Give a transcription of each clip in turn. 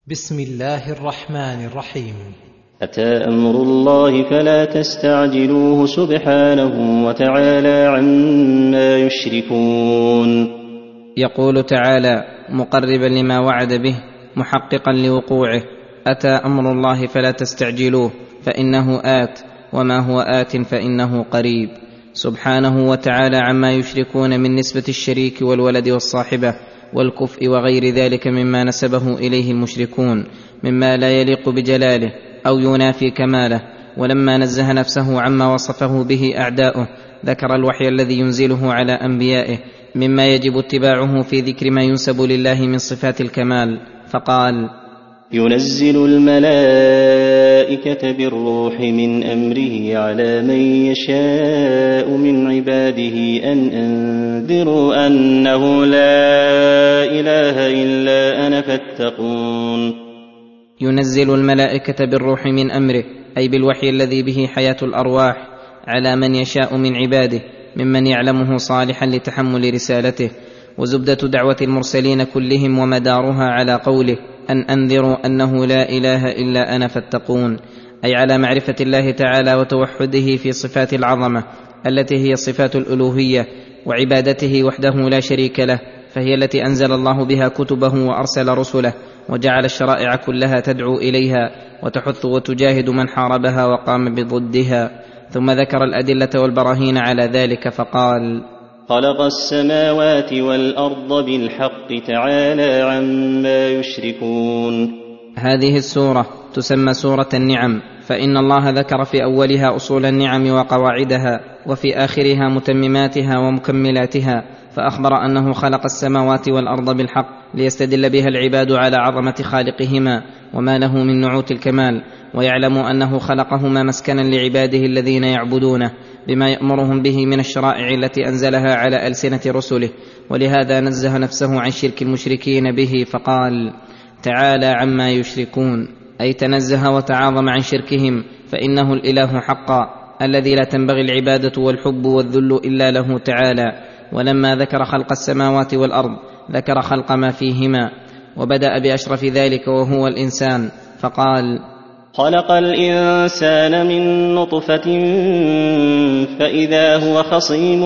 بسم الله الرحمن الرحيم. أتى أمر الله فلا تستعجلوه سبحانه وتعالى عما يشركون. يقول تعالى مقربا لما وعد به محققا لوقوعه: أتى أمر الله فلا تستعجلوه فإنه آت، وما هو آت فإنه قريب. سبحانه وتعالى عما يشركون من نسبة الشريك والولد والصاحبة والكفء وغير ذلك مما نسبه إليه المشركون مما لا يليق بجلاله أو ينافي كماله. ولما نزه نفسه عما وصفه به أعداؤه ذكر الوحي الذي ينزله على أنبيائه مما يجب اتباعه في ذكر ما ينسب لله من صفات الكمال، فقال: ينزل الملائكة بالروح من أمره على من يشاء من عباده أن أنذروا أنه لا إله إلا أنا فاتقون. ينزل الملائكة بالروح من أمره، أي بالوحي الذي به حياة الأرواح، على من يشاء من عباده ممن يعلمه صالحا لتحمل رسالته. وزبدة دعوة المرسلين كلهم ومدارها على قوله: أن أنذروا أنه لا إله إلا أنا فاتقون، أي على معرفة الله تعالى وتوحده في صفات العظمة التي هي صفات الألوهية، وعبادته وحده لا شريك له، فهي التي أنزل الله بها كتبه وأرسل رسله وجعل الشرائع كلها تدعو إليها وتحث وتجاهد من حاربها وقام بضدها. ثم ذكر الأدلة والبراهين على ذلك فقال: خلق السماوات والأرض بالحق تعالى عما يشركون. هذه السورة تسمى سورة النعم، فإن الله ذكر في أولها أصول النعم وقواعدها، وفي آخرها متمماتها ومكملاتها، فأخبر أنه خلق السماوات والأرض بالحق ليستدل بها العباد على عظمة خالقهما وما له من نعوت الكمال، ويعلموا أنه خلقهما مسكنا لعباده الذين يعبدونه بما يأمرهم به من الشرائع التي أنزلها على ألسنة رسله. ولهذا نزه نفسه عن شرك المشركين به فقال: تعالى عما يشركون، أي تنزه وتعاظم عن شركهم، فإنه الإله حقا الذي لا تنبغي العبادة والحب والذل إلا له تعالى. ولما ذكر خلق السماوات والأرض ذكر خلق ما فيهما، وبدأ بأشرف ذلك وهو الإنسان فقال: خلق الإنسان من نطفة فإذا هو خصيم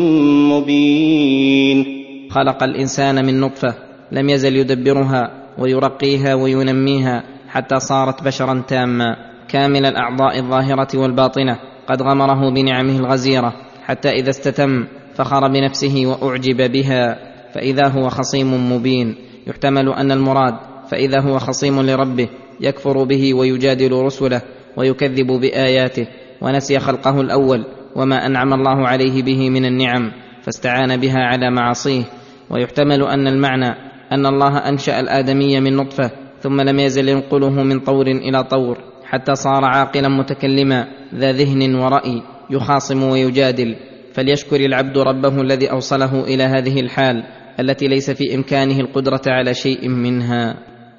مبين. خلق الإنسان من نطفة، لم يزل يدبرها ويرقيها وينميها حتى صارت بشرا تاما كامل الأعضاء الظاهرة والباطنة، قد غمره بنعمه الغزيرة حتى إذا استتم فخر بنفسه وأعجب بها، فإذا هو خصيم مبين. يحتمل أن المراد فإذا هو خصيم لربه يكفر به ويجادل رسله ويكذب بآياته، ونسي خلقه الأول وما أنعم الله عليه به من النعم فاستعان بها على معاصيه. ويحتمل أن المعنى أن الله أنشأ الآدمي من نطفة ثم لم يزل ينقله من طور إلى طور حتى صار عاقلا متكلما ذا ذهن ورأي يخاصم ويجادل. فليشكر العبد ربه الذي أوصله إلى هذه الحال التي ليس في إمكانه القدرة على شيء منها.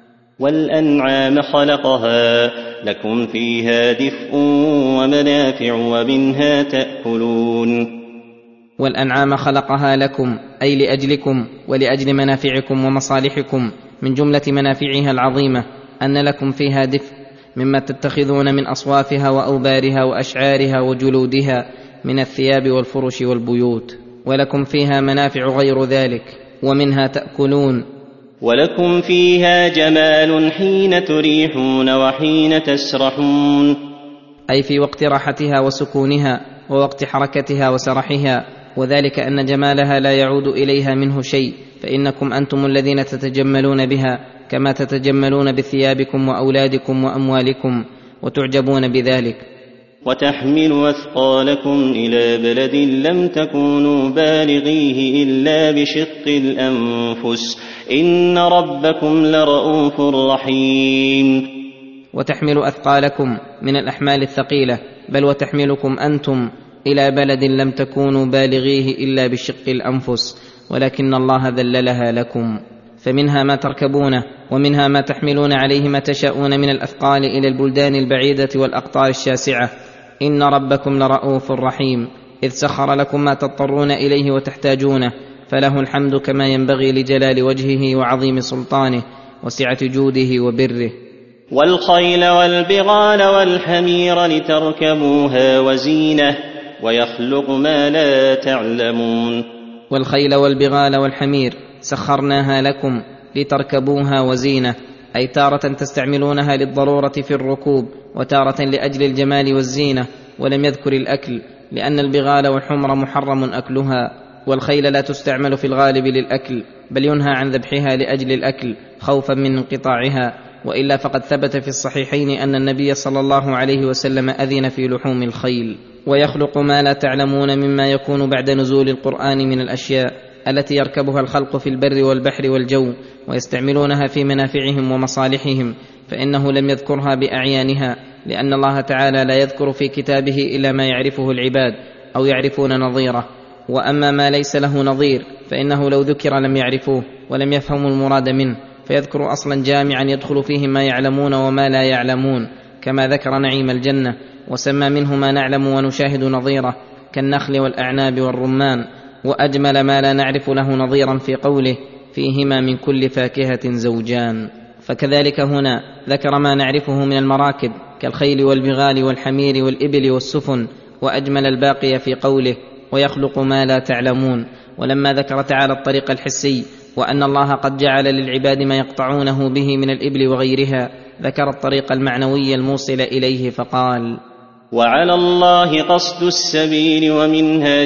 والأنعام خلقها لكم فيها دفء ومنافع ومنها تأكلون. والأنعام خلقها لكم، أي لأجلكم ولأجل منافعكم ومصالحكم، من جملة منافعها العظيمة أن لكم فيها دفء مما تتخذون من أصوافها وأوبارها وأشعارها وجلودها من الثياب والفرش والبيوت، ولكم فيها منافع غير ذلك ومنها تأكلون. ولكم فيها جمال حين تريحون وحين تسرحون، أي في وقت راحتها وسكونها ووقت حركتها وسرحها، وذلك أن جمالها لا يعود إليها منه شيء، فإنكم أنتم الذين تتجملون بها كما تتجملون بثيابكم وأولادكم وأموالكم وتعجبون بذلك. وتحمل أثقالكم إلى بلد لم تكونوا بالغيه إلا بشق الأنفس إن ربكم لرؤوف رحيم. وتحمل أثقالكم من الأحمال الثقيلة، بل وتحملكم أنتم إلى بلد لم تكونوا بالغيه إلا بشق الأنفس، ولكن الله ذللها لكم، فمنها ما تركبونه ومنها ما تحملون عليه ما تشاءون من الأثقال إلى البلدان البعيدة والأقطار الشاسعة. إن ربكم لرؤوف رحيم، إذ سخر لكم ما تضطرون إليه وتحتاجونه، فله الحمد كما ينبغي لجلال وجهه وعظيم سلطانه، وسعة جوده وبره. والخيل والبغال والحمير لتركبوها وزينة ويخلق ما لا تعلمون. والخيل والبغال والحمير سخرناها لكم لتركبوها وزينة، أي تارة تستعملونها للضرورة في الركوب، وتارة لأجل الجمال والزينة، ولم يذكر الأكل لأن البغال والحمر محرم أكلها، والخيل لا تستعمل في الغالب للأكل، بل ينهى عن ذبحها لأجل الأكل خوفا من انقطاعها، وإلا فقد ثبت في الصحيحين أن النبي صلى الله عليه وسلم أذن في لحوم الخيل. ويخلق ما لا تعلمون مما يكون بعد نزول القرآن من الأشياء التي يركبها الخلق في البر والبحر والجو ويستعملونها في منافعهم ومصالحهم، فإنه لم يذكرها بأعيانها، لأن الله تعالى لا يذكر في كتابه إلا ما يعرفه العباد أو يعرفون نظيره، وأما ما ليس له نظير فإنه لو ذكر لم يعرفوه ولم يفهموا المراد منه، فيذكر أصلا جامعا يدخل فيه ما يعلمون وما لا يعلمون، كما ذكر نعيم الجنة وسمى منه ما نعلم ونشاهد نظيره كالنخل والأعناب والرمان، وأجمل ما لا نعرف له نظيرا في قوله فيهما من كل فاكهة زوجان. فكذلك هنا ذكر ما نعرفه من المراكب كالخيل والبغال والحمير والإبل والسفن، وأجمل الباقي في قوله ويخلق ما لا تعلمون. ولما ذكر تعالى الطريق الحسي وأن الله قد جعل للعباد ما يقطعونه به من الإبل وغيرها، ذكر الطريق المعنوي الموصل إليه فقال وعلى الله قصد السبيل ومنها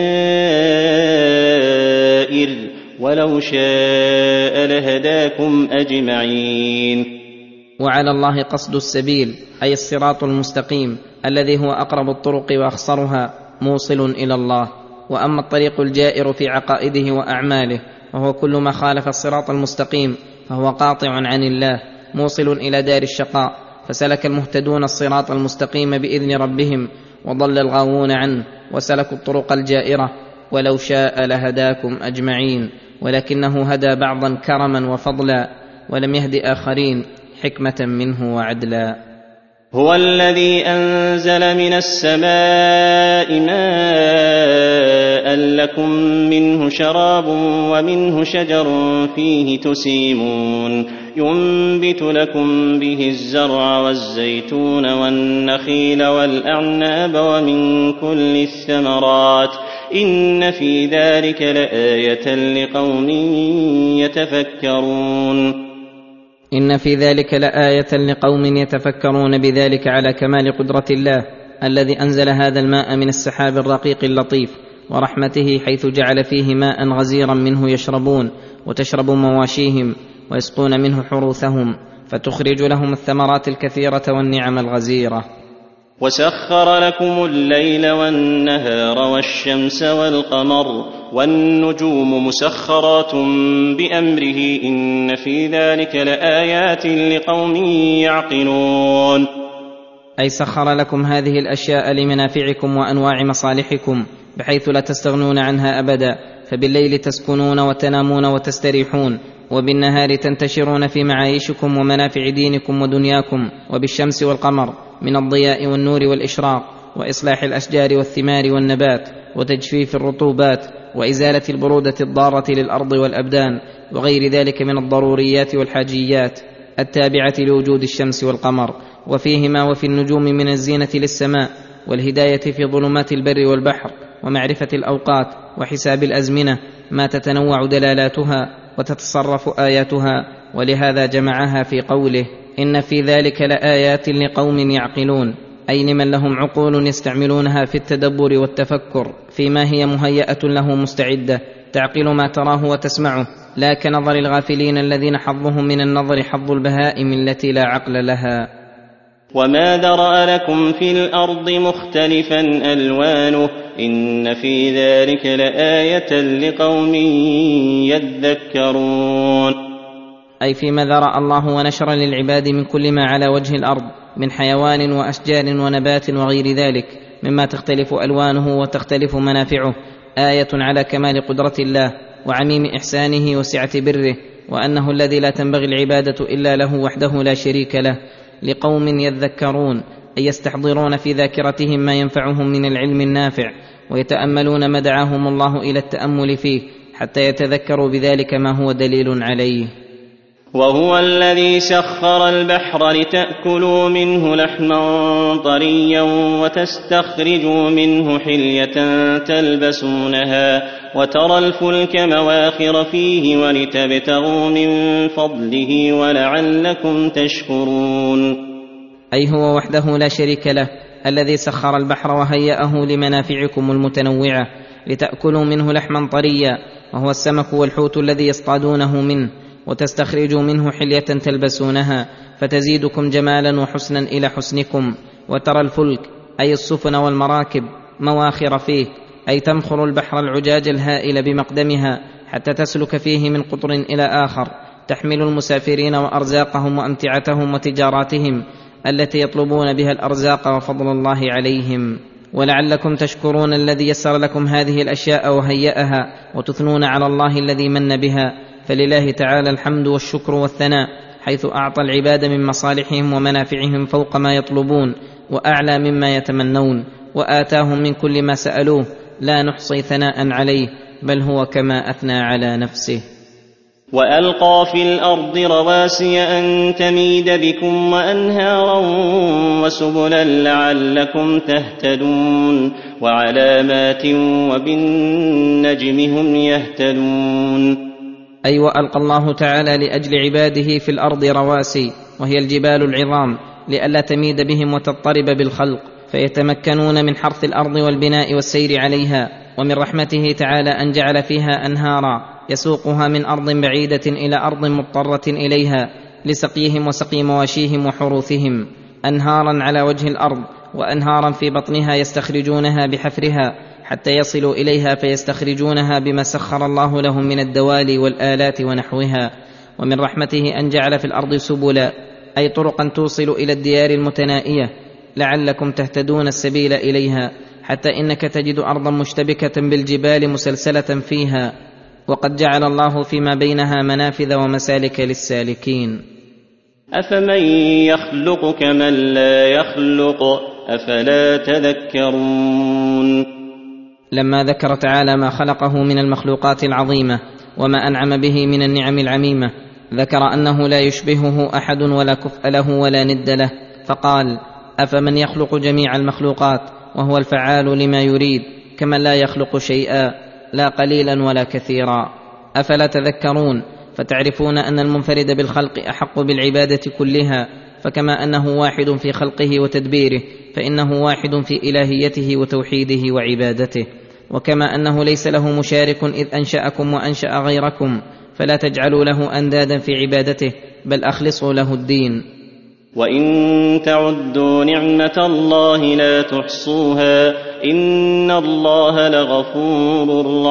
جائر ولو شاء لهداكم أجمعين. وعلى الله قصد السبيل أي الصراط المستقيم الذي هو أقرب الطرق وأخصرها موصل إلى الله. وأما الطريق الجائر في عقائده وأعماله وهو كل ما خالف الصراط المستقيم فهو قاطع عن الله موصل إلى دار الشقاء، فسلك المهتدون الصراط المستقيم بإذن ربهم وضل الغاوون عنه وسلكوا الطرق الجائرة، ولو شاء لهداكم أجمعين، ولكنه هدى بعضا كرما وفضلا ولم يهد آخرين حكمة منه وعدلا. هو الذي أنزل من السماء ماء لكم منه شراب ومنه شجر فيه تسيمون ينبت لكم به الزرع والزيتون والنخيل والأعناب ومن كل الثمرات إن في ذلك لآية لقوم يتفكرون. إن في ذلك لآية لقوم يتفكرون بذلك على كمال قدرة الله الذي أنزل هذا الماء من السحاب الرقيق اللطيف ورحمته، حيث جعل فيه ماء غزيرا منه يشربون وتشرب مواشيهم ويسقون منه حروثهم، فتخرج لهم الثمرات الكثيرة والنعم الغزيرة. وسخر لكم الليل والنهار والشمس والقمر والنجوم مسخرات بأمره إن في ذلك لآيات لقوم يعقلون. أي سخر لكم هذه الأشياء لمنافعكم وأنواع مصالحكم بحيث لا تستغنون عنها أبدا، فبالليل تسكنون وتنامون وتستريحون، وبالنهار تنتشرون في معايشكم ومنافع دينكم ودنياكم، وبالشمس والقمر من الضياء والنور والإشراق وإصلاح الأشجار والثمار والنبات وتجفيف الرطوبات وإزالة البرودة الضارة للأرض والأبدان وغير ذلك من الضروريات والحاجيات التابعة لوجود الشمس والقمر، وفيهما وفي النجوم من الزينة للسماء والهداية في ظلمات البر والبحر ومعرفة الأوقات وحساب الأزمنة ما تتنوع دلالاتها وتتصرف آياتها، ولهذا جمعها في قوله إن في ذلك لآيات لقوم يعقلون، أي لمن لهم عقول يستعملونها في التدبر والتفكر فيما هي مهيئة له مستعدة تعقل ما تراه وتسمعه، لا كنظر الغافلين الذين حظهم من النظر حظ البهائم التي لا عقل لها. وما ذرأ لكم في الأرض مختلفا ألوانه إن في ذلك لآية لقوم يذكرون. أي فيما ذرأ الله ونشر للعباد من كل ما على وجه الأرض من حيوان وأشجار ونبات وغير ذلك مما تختلف ألوانه وتختلف منافعه آية على كمال قدرة الله وعميم إحسانه وسعة بره، وأنه الذي لا تنبغي العبادة إلا له وحده لا شريك له، لقوم يذكرون أي يستحضرون في ذاكرتهم ما ينفعهم من العلم النافع ويتأملون ما دعاهم الله إلى التأمل فيه حتى يتذكروا بذلك ما هو دليل عليه. وهو الذي سخر البحر لتأكلوا منه لحما طريا وتستخرجوا منه حلية تلبسونها وترى الفلك مواخر فيه ولتبتغوا من فضله ولعلكم تشكرون. أي هو وحده لا شريك له الذي سخر البحر وهيأه لمنافعكم المتنوعة لتأكلوا منه لحما طريا، وهو السمك والحوت الذي يصطادونه منه، وتستخرجوا منه حلية تلبسونها فتزيدكم جمالا وحسنا إلى حسنكم، وترى الفلك أي السفن والمراكب مواخر فيه، أي تمخر البحر العجاج الهائل بمقدمها حتى تسلك فيه من قطر إلى آخر، تحمل المسافرين وأرزاقهم وأمتعتهم وتجاراتهم التي يطلبون بها الأرزاق وفضل الله عليهم، ولعلكم تشكرون الذي يسر لكم هذه الأشياء وهيأها، وتثنون على الله الذي من بها. فلله تعالى الحمد والشكر والثناء، حيث أعطى العباد من مصالحهم ومنافعهم فوق ما يطلبون وأعلى مما يتمنون، وآتاهم من كل ما سألوه، لا نحصي ثناء عليه، بل هو كما أثنى على نفسه. وألقى في الأرض رواسي أن تميد بكم وأنهارا وسبلا لعلكم تهتدون، وعلامات وبالنجم هم يهتدون. أي وألقى الله تعالى لأجل عباده في الأرض رواسي، وهي الجبال العظام، لئلا تميد بهم وتضطرب بالخلق، فيتمكنون من حرث الأرض والبناء والسير عليها. ومن رحمته تعالى أن جعل فيها أنهارا يسوقها من أرض بعيدة إلى أرض مضطرة إليها لسقيهم وسقي مواشيهم وحروثهم، أنهارا على وجه الأرض وأنهارا في بطنها يستخرجونها بحفرها حتى يصلوا إليها فيستخرجونها بما سخر الله لهم من الدوالي والآلات ونحوها. ومن رحمته أن جعل في الأرض سبلا، أي طرقا توصل إلى الديار المتنائية لعلكم تهتدون السبيل إليها، حتى إنك تجد أرضا مشتبكة بالجبال مسلسلة فيها، وقد جعل الله فيما بينها منافذ ومسالك للسالكين. أفمن يخلق كمن لا يخلق أفلا تذكرون. لما ذكر تعالى ما خلقه من المخلوقات العظيمة وما أنعم به من النعم العميمة، ذكر أنه لا يشبهه أحد ولا كفء له ولا ند له، فقال: أفمن يخلق جميع المخلوقات وهو الفعال لما يريد كمن لا يخلق شيئا لا قليلا ولا كثيرا. أفلا تذكرون فتعرفون أن المنفرد بالخلق أحق بالعبادة كلها، فكما أنه واحد في خلقه وتدبيره فإنه واحد في إلهيته وتوحيده وعبادته، وكما أنه ليس له مشارك إذ أنشأكم وأنشأ غيركم، فلا تجعلوا له أندادا في عبادته بل أخلصوا له الدين. وإن تعدوا نعمة الله لا تحصوها إن الله لغفور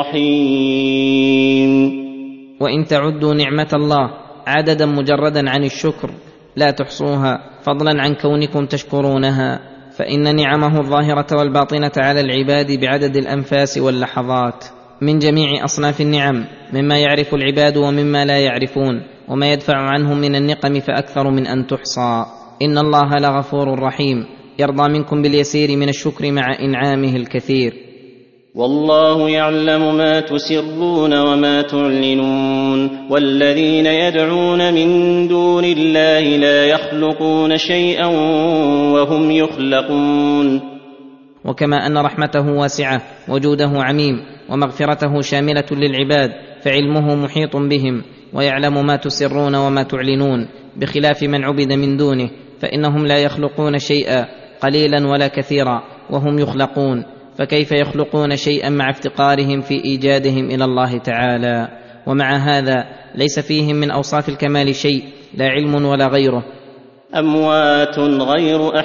رحيم. وإن تعدوا نعمة الله عددا مجردا عن الشكر لا تحصوها، فضلا عن كونكم تشكرونها، فإن نعمه الظاهرة والباطنة على العباد بعدد الأنفاس واللحظات من جميع أصناف النعم، مما يعرف العباد ومما لا يعرفون، وما يدفع عنهم من النقم فأكثر من أن تحصى. إن الله لغفور رحيم، يرضى منكم باليسير من الشكر مع إنعامه الكثير. والله يعلم ما تسرون وما تعلنون، والذين يدعون من دون الله لا يخلقون شيئا وهم يخلقون. وكما أن رحمته واسعة وجوده عميم ومغفرته شاملة للعباد، فعلمه محيط بهم ويعلم ما تسرون وما تعلنون، بخلاف من عبد من دونه فإنهم لا يخلقون شيئا قليلا ولا كثيرا وهم يخلقون، فكيف يخلقون شيئا مع افتقارهم في إيجادهم إلى الله تعالى؟ ومع هذا ليس فيهم من أوصاف الكمال شيء، لا علم ولا غيره. أموات غير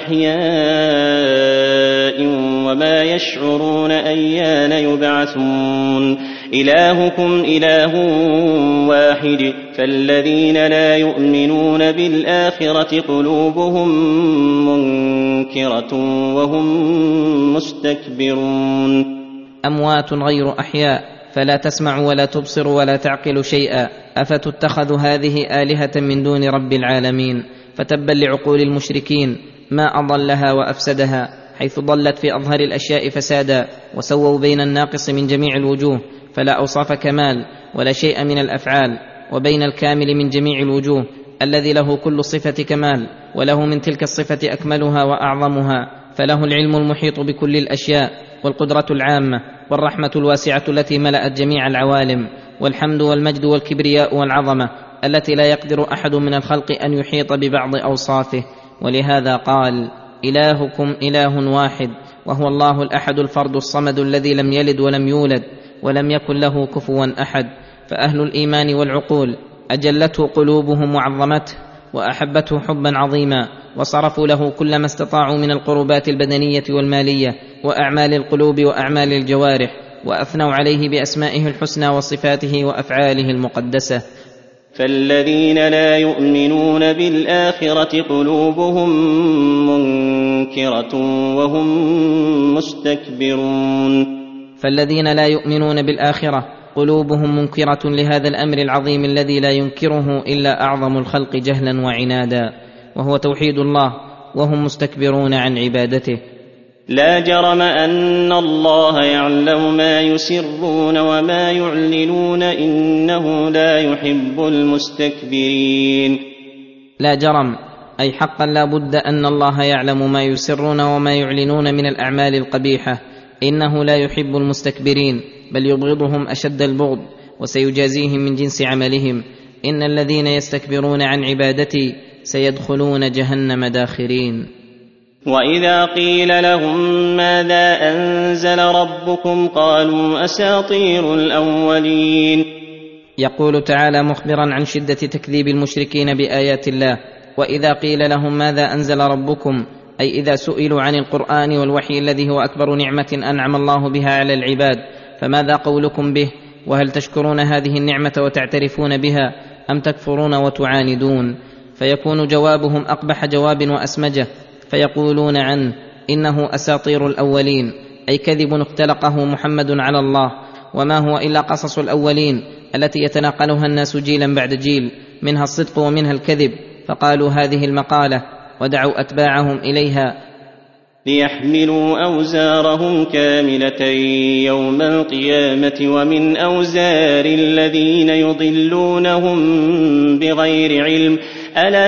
أحياء وما يشعرون أيان يبعثون. إلهكم إله واحد، فالذين لا يؤمنون بالآخرة قلوبهم منكرة وهم مستكبرون. أموات غير أحياء، فلا تسمع ولا تبصر ولا تعقل شيئا، أفتتخذ هذه آلهة من دون رب العالمين؟ فتبا لعقول المشركين ما أضلها وأفسدها، حيث ضلت في أظهر الأشياء فسادا، وسووا بين الناقص من جميع الوجوه، فلا أوصاف كمال ولا شيء من الأفعال، وبين الكامل من جميع الوجوه الذي له كل صفة كمال، وله من تلك الصفة أكملها وأعظمها، فله العلم المحيط بكل الأشياء، والقدرة العامة، والرحمة الواسعة التي ملأت جميع العوالم، والحمد والمجد والكبرياء والعظمة التي لا يقدر أحد من الخلق أن يحيط ببعض أوصافه. ولهذا قال: إلهكم إله واحد، وهو الله الأحد الفرد الصمد الذي لم يلد ولم يولد ولم يكن له كفوا أحد. فأهل الإيمان والعقول أجلته قلوبهم وعظمته وأحبته حبا عظيما، وصرفوا له كل ما استطاعوا من القربات البدنية والمالية وأعمال القلوب وأعمال الجوارح، وأثنوا عليه بأسمائه الحسنى وصفاته وأفعاله المقدسة. فالذين لا يؤمنون بالآخرة قلوبهم منكرة وهم مستكبرون. فالذين لا يؤمنون بالآخرة قلوبهم منكرة لهذا الأمر العظيم الذي لا ينكره إلا أعظم الخلق جهلا وعنادا، وهو توحيد الله، وهم مستكبرون عن عبادته. لا جرم أن الله يعلم ما يسرون وما يعلنون، إنه لا يحب المستكبرين. لا جرم أي حقا لا بد أن الله يعلم ما يسرون وما يعلنون من الأعمال القبيحة، إنه لا يحب المستكبرين، بل يبغضهم أشد البغض، وسيجازيهم من جنس عملهم. إن الذين يستكبرون عن عبادتي سيدخلون جهنم داخرين. وإذا قيل لهم ماذا أنزل ربكم قالوا أساطير الأولين. يقول تعالى مخبرا عن شدة تكذيب المشركين بآيات الله: وإذا قيل لهم ماذا أنزل ربكم، أي إذا سئلوا عن القرآن والوحي الذي هو أكبر نعمة أنعم الله بها على العباد، فماذا قولكم به؟ وهل تشكرون هذه النعمة وتعترفون بها، أم تكفرون وتعاندون؟ فيكون جوابهم أقبح جواب وأسمجه، فيقولون عنه: إنه أساطير الأولين، أي كذب اختلقه محمد على الله، وما هو إلا قصص الأولين التي يتناقلها الناس جيلا بعد جيل، منها الصدق ومنها الكذب. فقالوا هذه المقالة ودعوا أتباعهم إليها ليحملوا أوزارهم كاملة يوم القيامة ومن أوزار الذين يضلونهم بغير علم، ألا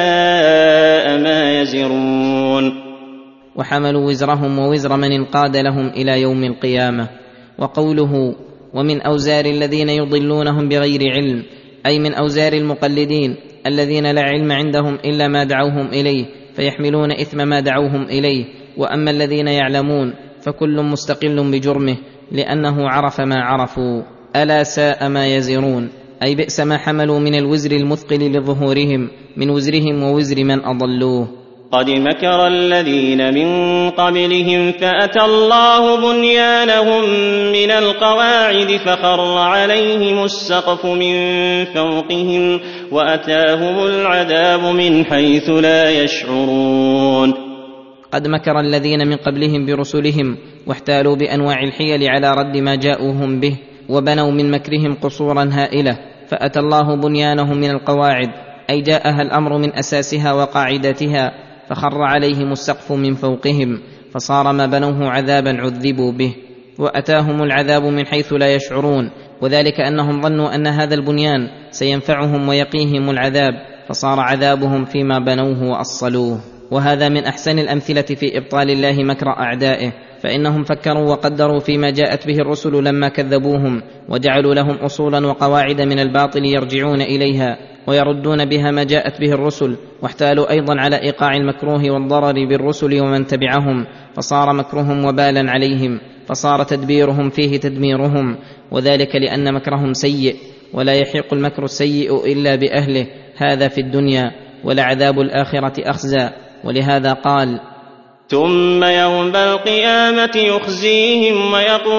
ساء ما يزرون. وحملوا وزرهم ووزر من انقاد لهم إلى يوم القيامة. وقوله ومن أوزار الذين يضلونهم بغير علم، أي من أوزار المقلدين الذين لا علم عندهم إلا ما دعوهم إليه، فيحملون إثم ما دعوهم إليه. وأما الذين يعلمون فكل مستقل بجرمه، لأنه عرف ما عرفوا. ألا ساء ما يزرون، أي بئس ما حملوا من الوزر المثقل لظهورهم من وزرهم ووزر من أضلوه. قد مكر الذين من قبلهم فأتى الله بنيانهم من القواعد فخر عليهم السقف من فوقهم وأتاهم العذاب من حيث لا يشعرون. قد مكر الذين من قبلهم برسلهم، واحتالوا بأنواع الحيل على رد ما جاءوهم به، وبنوا من مكرهم قصورا هائلة. فأتى الله بنيانهم من القواعد، أي جاءها الأمر من أساسها وقاعدتها، فخر عليهم السقف من فوقهم، فصار ما بنوه عذابا عذبوا به. وأتاهم العذاب من حيث لا يشعرون، وذلك أنهم ظنوا أن هذا البنيان سينفعهم ويقيهم العذاب، فصار عذابهم فيما بنوه وأصلوه. وهذا من أحسن الأمثلة في إبطال الله مكر أعدائه، فإنهم فكروا وقدروا فيما جاءت به الرسل لما كذبوهم، وجعلوا لهم أصولا وقواعد من الباطل يرجعون إليها ويردون بها ما جاءت به الرسل، واحتالوا أيضا على إيقاع المكروه والضرر بالرسل ومن تبعهم، فصار مكرهم وبالا عليهم، فصار تدبيرهم فيه تدميرهم. وذلك لأن مكرهم سيء، ولا يحيق المكر السيء إلا بأهله، هذا في الدنيا، ولعذاب الآخرة أخزى. ولهذا قال: ثم يوم القيامة يخزيهم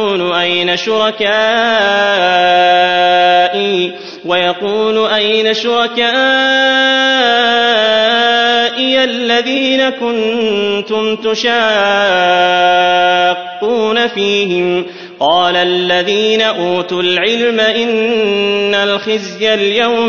ويقول أين شركائي الذين كنتم تشاقون فيهم، قال الذين أوتوا العلم إن الخزي اليوم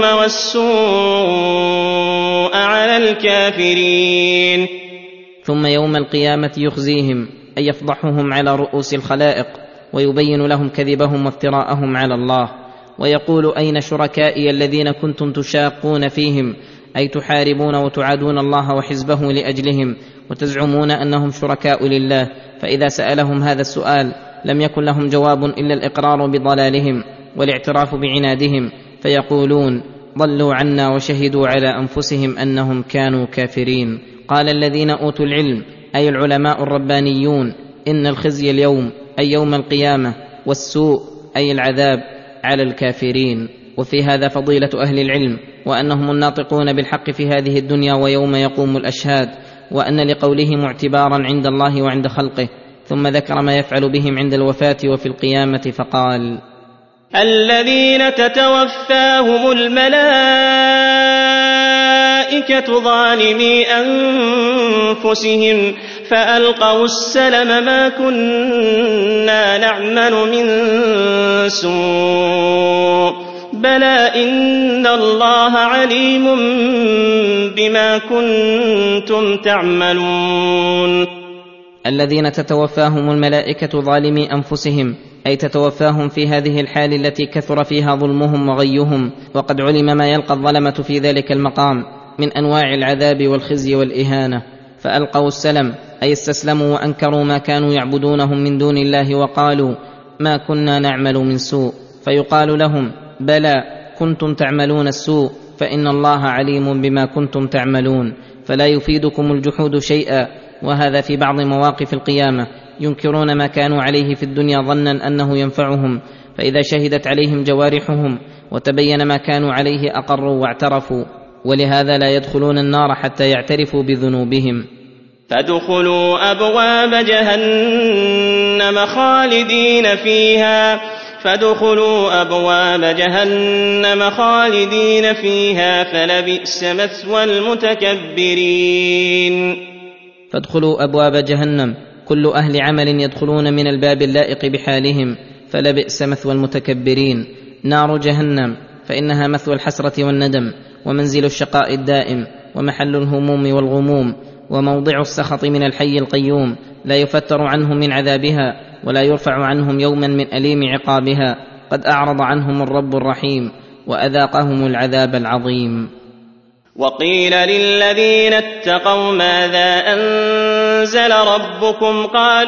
والسوء على الكافرين. ثم يوم القيامة يخزيهم، أي يفضحهم على رؤوس الخلائق، ويبين لهم كذبهم وافتراءهم على الله. ويقول: أين شركائي الذين كنتم تشاقون فيهم، أي تحاربون وتعادون الله وحزبه لأجلهم وتزعمون أنهم شركاء لله؟ فإذا سألهم هذا السؤال لم يكن لهم جواب إلا الإقرار بضلالهم والاعتراف بعنادهم، فيقولون: ضلوا عنا وشهدوا على أنفسهم أنهم كانوا كافرين. قال الذين أوتوا العلم، أي العلماء الربانيون: إن الخزي اليوم، أي يوم القيامة، والسوء، أي العذاب، على الكافرين. وفي هذا فضيلة أهل العلم، وأنهم الناطقون بالحق في هذه الدنيا ويوم يقوم الأشهاد، وأن لقولهم اعتبارا عند الله وعند خلقه. ثم ذكر ما يفعل بهم عند الوفاة وفي القيامة فقال: الذين تتوفاهم الملائكة ظالمي أنفسهم فألقوا السلم ما كنا نعمل من سوء بلى إن الله عليم بما كنتم تعملون. الذين تتوفاهم الملائكة ظالمي أنفسهم، أي تتوفاهم في هذه الحال التي كثر فيها ظلمهم وغيهم، وقد علم ما يلقى الظلمة في ذلك المقام من أنواع العذاب والخزي والإهانة. فألقوا السلم، أي استسلموا وأنكروا ما كانوا يعبدونهم من دون الله وقالوا: ما كنا نعمل من سوء. فيقال لهم: بلى كنتم تعملون السوء، فإن الله عليم بما كنتم تعملون. فلا يفيدكم الجحود شيئا. وهذا في بعض مواقف القيامة ينكرون ما كانوا عليه في الدنيا ظنا أنه ينفعهم، فإذا شهدت عليهم جوارحهم وتبين ما كانوا عليه أقروا واعترفوا، ولهذا لا يدخلون النار حتى يعترفوا بذنوبهم. فادخلوا أبواب جهنم خالدين فيها فلبئس مثوى المتكبرين. فادخلوا أبواب جهنم، كل أهل عمل يدخلون من الباب اللائق بحالهم، فلبئس مثوى المتكبرين. نار جهنم فإنها مثوى الحسرة والندم، ومنزل الشقاء الدائم، ومحل الهموم والغموم، وموضع السخط من الحي القيوم، لا يفتر عنهم من عذابها ولا يرفع عنهم يوما من أليم عقابها. قد أعرض عنهم الرب الرحيم وأذاقهم العذاب العظيم. وقيل للذين اتقوا ماذا أنزل ربكم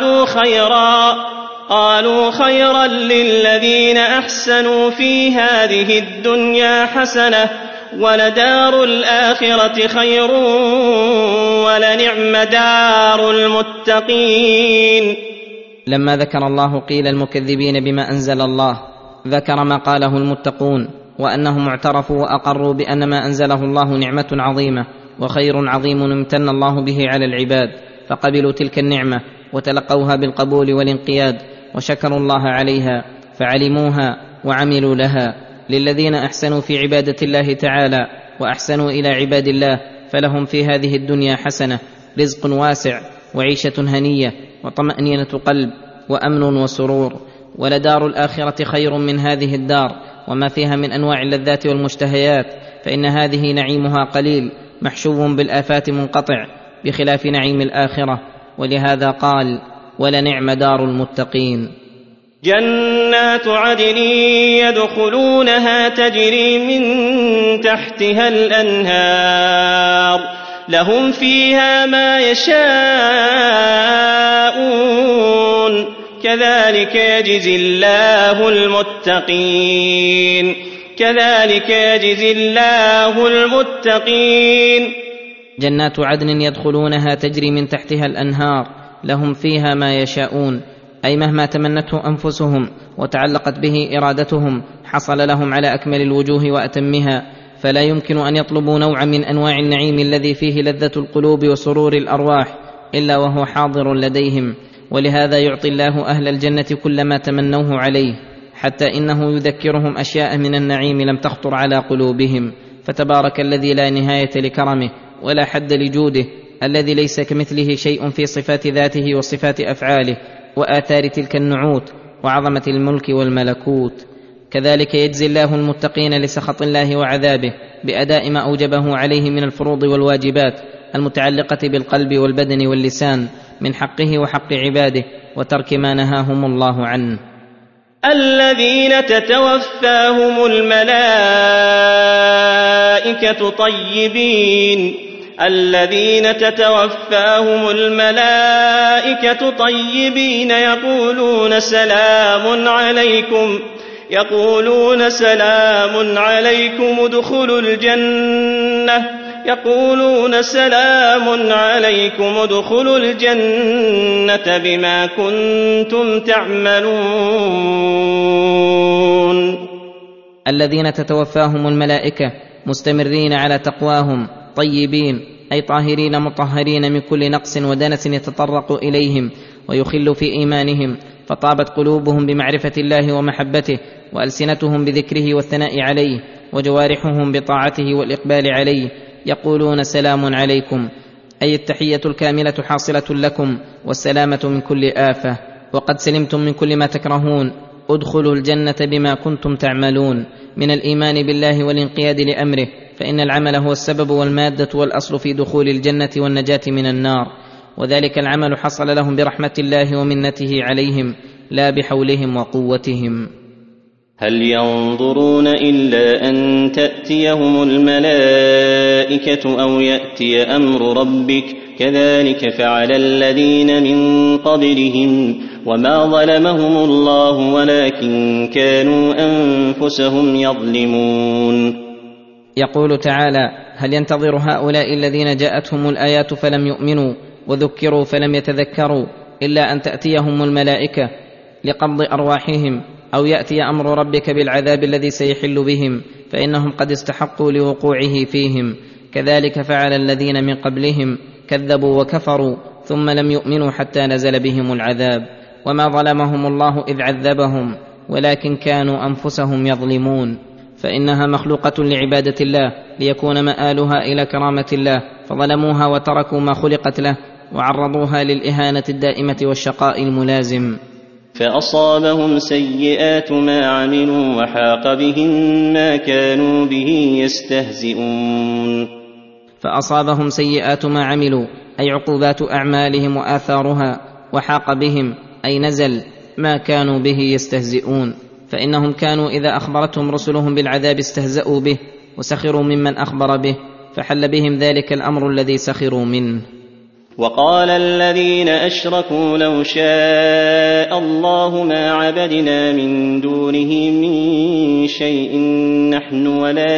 قالوا خيرا للذين أحسنوا في هذه الدنيا حسنة ولدار الآخرة خير ولنعم دار المتقين. لما ذكر الله قيل المكذبين بما أنزل الله، ذكر ما قاله المتقون، وأنهم اعترفوا وأقروا بأن ما أنزله الله نعمة عظيمة وخير عظيم امتن الله به على العباد، فقبلوا تلك النعمة وتلقوها بالقبول والانقياد وشكروا الله عليها فعلموها وعملوا لها. للذين أحسنوا في عبادة الله تعالى وأحسنوا إلى عباد الله فلهم في هذه الدنيا حسنة، رزق واسع وعيشة هنية وطمأنينة قلب وأمن وسرور. ولدار الآخرة خير من هذه الدار وما فيها من أنواع اللذات والمشتهيات، فإن هذه نعيمها قليل محشو بالآفات منقطع، بخلاف نعيم الآخرة. ولهذا قال: ولنعم دار المتقين. جنات عدن يدخلونها تجري من تحتها الأنهار لهم فيها ما يشاءون كذلك يجزي الله المتقين. جنات عدن يدخلونها تجري من تحتها الأنهار لهم فيها ما يشاءون، أي مهما تمنته أنفسهم وتعلقت به إرادتهم حصل لهم على أكمل الوجوه وأتمها، فلا يمكن أن يطلبوا نوعا من أنواع النعيم الذي فيه لذة القلوب وسرور الأرواح إلا وهو حاضر لديهم. ولهذا يعطي الله أهل الجنة كل ما تمنوه عليه، حتى إنه يذكرهم أشياء من النعيم لم تخطر على قلوبهم. فتبارك الذي لا نهاية لكرمه ولا حد لجوده، الذي ليس كمثله شيء في صفات ذاته وصفات أفعاله وآثار تلك النعوت وعظمة الملك والملكوت. كذلك يجزي الله المتقين لسخط الله وعذابه بأداء ما أوجبه عليه من الفروض والواجبات المتعلقة بالقلب والبدن واللسان من حقه وحق عباده، وترك ما نهاهم الله عنه. الذين تتوفاهم الملائكة طيبين يقولون سلام عليكم ادخلوا الجنة بما كنتم تعملون. الذين تتوفاهم الملائكة مستمرين على تقواهم طيبين، أي طاهرين مطهرين من كل نقص ودنس يتطرق إليهم ويخل في إيمانهم، فطابت قلوبهم بمعرفة الله ومحبته، وألسنتهم بذكره والثناء عليه، وجوارحهم بطاعته والإقبال عليه. يقولون سلام عليكم، أي التحية الكاملة حاصلة لكم، والسلامة من كل آفة، وقد سلمتم من كل ما تكرهون. ادخلوا الجنة بما كنتم تعملون، من الإيمان بالله والانقياد لأمره، فإن العمل هو السبب والمادة والأصل في دخول الجنة والنجاة من النار، وذلك العمل حصل لهم برحمة الله ومنته عليهم، لا بحولهم وقوتهم. هل ينظرون إلا أن تأتيهم الملائكة أو يأتي أمر ربك، كذلك فعل الذين من قبلهم، وما ظلمهم الله ولكن كانوا أنفسهم يظلمون. يقول تعالى: هل ينتظر هؤلاء الذين جاءتهم الآيات فلم يؤمنوا وذكروا فلم يتذكروا إلا أن تأتيهم الملائكة لقبض أرواحهم، أو يأتي أمر ربك بالعذاب الذي سيحل بهم، فإنهم قد استحقوا لوقوعه فيهم. كذلك فعل الذين من قبلهم، كذبوا وكفروا ثم لم يؤمنوا حتى نزل بهم العذاب، وما ظلمهم الله إذ عذبهم، ولكن كانوا أنفسهم يظلمون، فإنها مخلوقة لعبادة الله ليكون مآلها إلى كرامة الله، فظلموها وتركوا ما خلقت له، وعرضوها للإهانة الدائمة والشقاء الملازم. فأصابهم سيئات ما عملوا وحاق بهم ما كانوا به يستهزئون. فأصابهم سيئات ما عملوا، أي عقوبات أعمالهم وآثارها، وحاق بهم أي نزل ما كانوا به يستهزئون، فإنهم كانوا إذا أخبرتهم رسلهم بالعذاب استهزأوا به وسخروا ممن أخبر به، فحل بهم ذلك الأمر الذي سخروا منه. وقال الذين أشركوا لو شاء الله ما عبدنا من دونه من شيء نحن ولا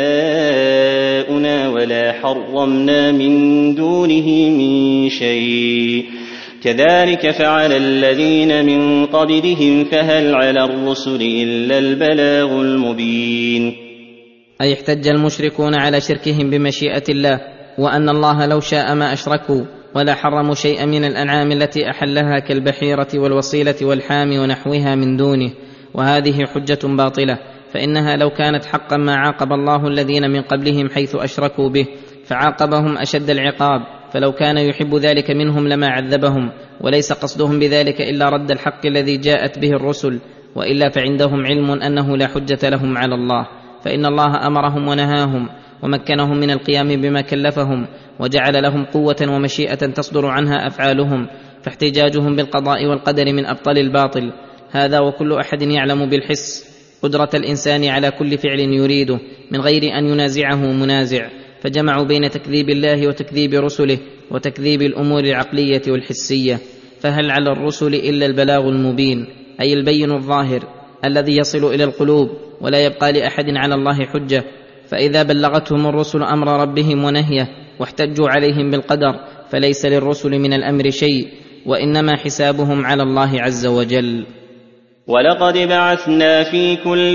آباؤنا ولا حرمنا من دونه من شيء، كذلك فعل الذين من قبلهم فهل على الرسل إلا البلاغ المبين. أي احتج المشركون على شركهم بمشيئة الله، وأن الله لو شاء ما أشركوا ولا حرموا شيئا من الأنعام التي أحلها كالبحيرة والوصيلة والحام ونحوها من دونه، وهذه حجة باطلة، فإنها لو كانت حقا ما عاقب الله الذين من قبلهم حيث أشركوا به، فعاقبهم أشد العقاب، فلو كان يحب ذلك منهم لما عذبهم، وليس قصدهم بذلك إلا رد الحق الذي جاءت به الرسل، وإلا فعندهم علم أنه لا حجة لهم على الله، فإن الله أمرهم ونهاهم ومكنهم من القيام بما كلفهم، وجعل لهم قوة ومشيئة تصدر عنها أفعالهم، فاحتجاجهم بالقضاء والقدر من أبطل الباطل. هذا وكل أحد يعلم بالحس قدرة الإنسان على كل فعل يريده من غير أن ينازعه منازع، فجمعوا بين تكذيب الله وتكذيب رسله وتكذيب الأمور العقلية والحسية. فهل على الرسل إلا البلاغ المبين، أي البين الظاهر الذي يصل إلى القلوب، ولا يبقى لأحد على الله حجة. فإذا بلغتهم الرسل أمر ربهم ونهيه واحتجوا عليهم بالقدر، فليس للرسل من الأمر شيء، وإنما حسابهم على الله عز وجل. ولقد بعثنا في كل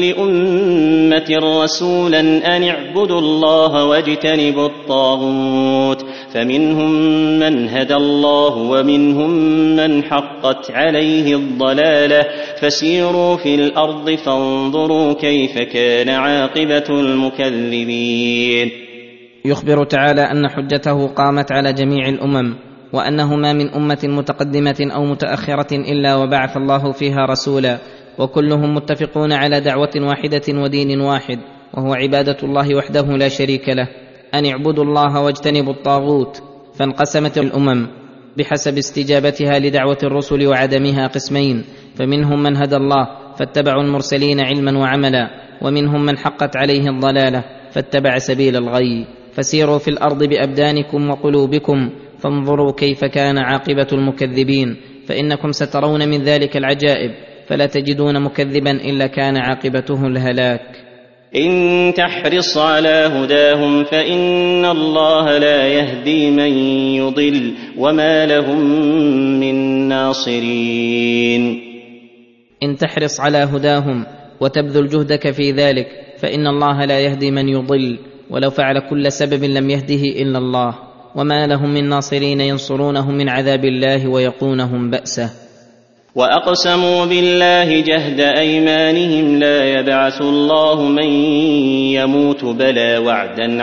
أمة رسولا أن اعبدوا الله واجتنبوا الطاغوت، فمنهم من هدى الله ومنهم من حقت عليه الضلالة، فسيروا في الأرض فانظروا كيف كان عاقبة المكذبين. يخبر تعالى أن حجته قامت على جميع الأمم، وأنه ما من أمة متقدمة أو متأخرة إلا وبعث الله فيها رسولا، وكلهم متفقون على دعوة واحدة ودين واحد، وهو عبادة الله وحده لا شريك له، أن اعبدوا الله واجتنبوا الطاغوت. فانقسمت الأمم بحسب استجابتها لدعوة الرسل وعدمها قسمين، فمنهم من هدى الله فاتبعوا المرسلين علما وعملا، ومنهم من حقت عليه الضلاله فاتبع سبيل الغي. فسيروا في الارض بابدانكم وقلوبكم فانظروا كيف كان عاقبه المكذبين، فانكم سترون من ذلك العجائب، فلا تجدون مكذبا الا كان عاقبته الهلاك. إن تحرص على هداهم فإن الله لا يهدي من يضل وما لهم من ناصرين. إن تحرص على هداهم وتبذل جهدك في ذلك فإن الله لا يهدي من يضل، ولو فعل كل سبب لم يهده إلا الله، وما لهم من ناصرين ينصرونهم من عذاب الله ويقونهم بأسه. وأقسموا بالله جهد أيمانهم لا يبعث الله من يموت بلى وعدا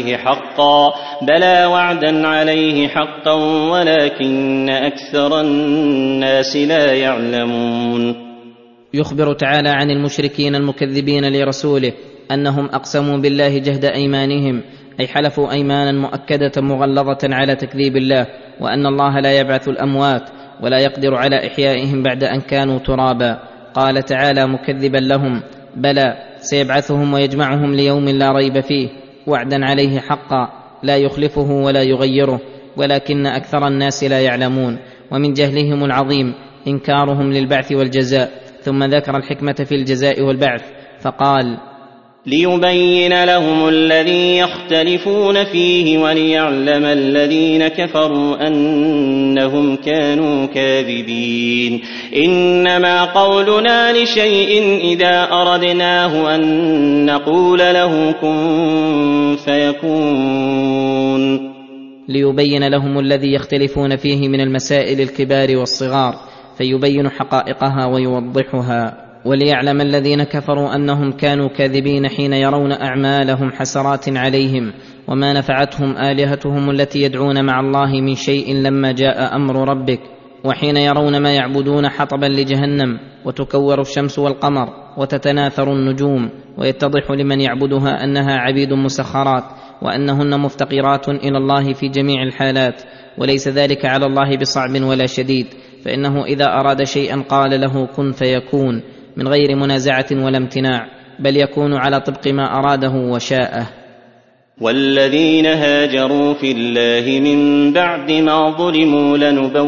عليه حقا ولكن أكثر الناس لا يعلمون. يخبر تعالى عن المشركين المكذبين لرسوله أنهم أقسموا بالله جهد أيمانهم، أي حلفوا أيمانا مؤكدة مغلظة على تكذيب الله، وأن الله لا يبعث الأموات ولا يقدر على إحيائهم بعد أن كانوا ترابا. قال تعالى مكذبا لهم: بلى سيبعثهم ويجمعهم ليوم لا ريب فيه، وعدا عليه حقا لا يخلفه ولا يغيره، ولكن أكثر الناس لا يعلمون. ومن جهلهم العظيم إنكارهم للبعث والجزاء، ثم ذكر الحكمة في الجزاء والبعث فقال: ليبين لهم الذي يختلفون فيه وليعلم الذين كفروا أنهم كانوا كاذبين. إنما قولنا لشيء إذا أردناه أن نقول له كن فيكون. ليبين لهم الذي يختلفون فيه من المسائل الكبار والصغار، فيبين حقائقها ويوضحها. وليعلم الذين كفروا أنهم كانوا كاذبين حين يرون أعمالهم حسرات عليهم، وما نفعتهم آلهتهم التي يدعون مع الله من شيء لما جاء أمر ربك، وحين يرون ما يعبدون حطبا لجهنم، وتكور الشمس والقمر وتتناثر النجوم، ويتضح لمن يعبدها أنها عبيد مسخرات، وأنهن مفتقرات إلى الله في جميع الحالات، وليس ذلك على الله بصعب ولا شديد، فإنه إذا أراد شيئا قال له كن فيكون من غير منازعة ولا امتناع، بل يكون على طبق ما أراده وشاءه. والذين هاجروا في الله من بعد ما ظلموا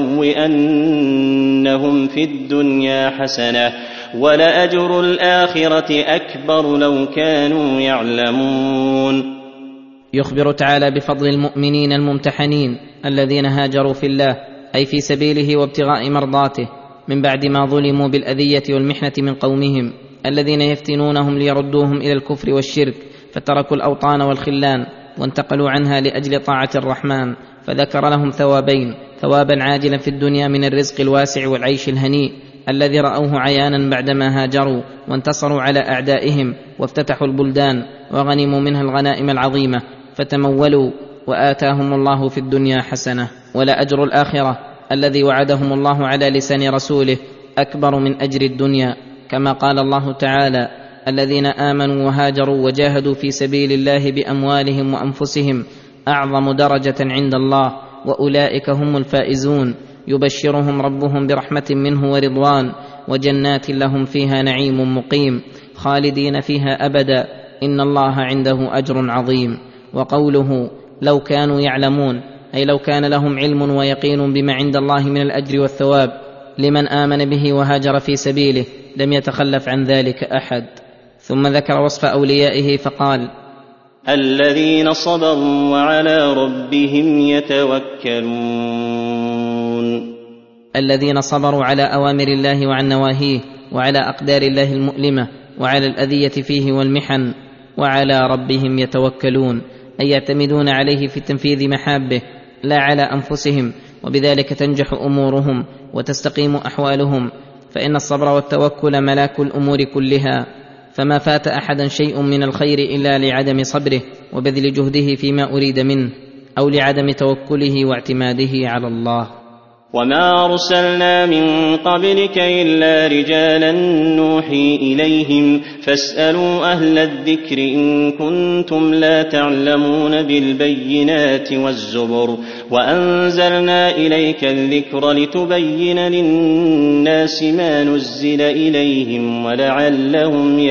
لنبوئنهم في الدنيا حسنة ولأجر الآخرة أكبر لو كانوا يعلمون. يخبر تعالى بفضل المؤمنين الممتحنين الذين هاجروا في الله، أي في سبيله وابتغاء مرضاته، من بعد ما ظلموا بالأذية والمحنة من قومهم الذين يفتنونهم ليردوهم إلى الكفر والشرك، فتركوا الأوطان والخلان وانتقلوا عنها لأجل طاعة الرحمن، فذكر لهم ثوابين: ثوابا عاجلا في الدنيا من الرزق الواسع والعيش الهنيء الذي رأوه عيانا بعدما هاجروا وانتصروا على أعدائهم وافتتحوا البلدان وغنموا منها الغنائم العظيمة، فتمولوا وآتاهم الله في الدنيا حسنة. ولأجر الآخرة الذي وعدهم الله على لسان رسوله أكبر من أجر الدنيا، كما قال الله تعالى: الذين آمنوا وهاجروا وجاهدوا في سبيل الله بأموالهم وأنفسهم أعظم درجة عند الله وأولئك هم الفائزون، يبشرهم ربهم برحمة منه ورضوان وجنات لهم فيها نعيم مقيم خالدين فيها أبدا إن الله عنده أجر عظيم. وقوله لو كانوا يعلمون، أي لو كان لهم علم ويقين بما عند الله من الأجر والثواب لمن آمن به وهاجر في سبيله لم يتخلف عن ذلك أحد. ثم ذكر وصف أوليائه فقال: الذين صبروا وعلى ربهم يتوكلون. الذين صبروا على أوامر الله وعن نواهيه، وعلى أقدار الله المؤلمة، وعلى الأذية فيه والمحن، وعلى ربهم يتوكلون، أي يعتمدون عليه في تنفيذ محابه لا على أنفسهم، وبذلك تنجح أمورهم وتستقيم أحوالهم، فإن الصبر والتوكل ملاك الأمور كلها، فما فات أحدا شيء من الخير إلا لعدم صبره وبذل جهده فيما أريد منه، أو لعدم توكله واعتماده على الله. وما أرسلنا من قبلك إلا رجالا نوحي إليهم فاسألوا أهل الذكر إن كنتم لا تعلمون بالبينات والزبر وأنزلنا إليك الذكر لتبين للناس ما نزل إليهم ولعلهم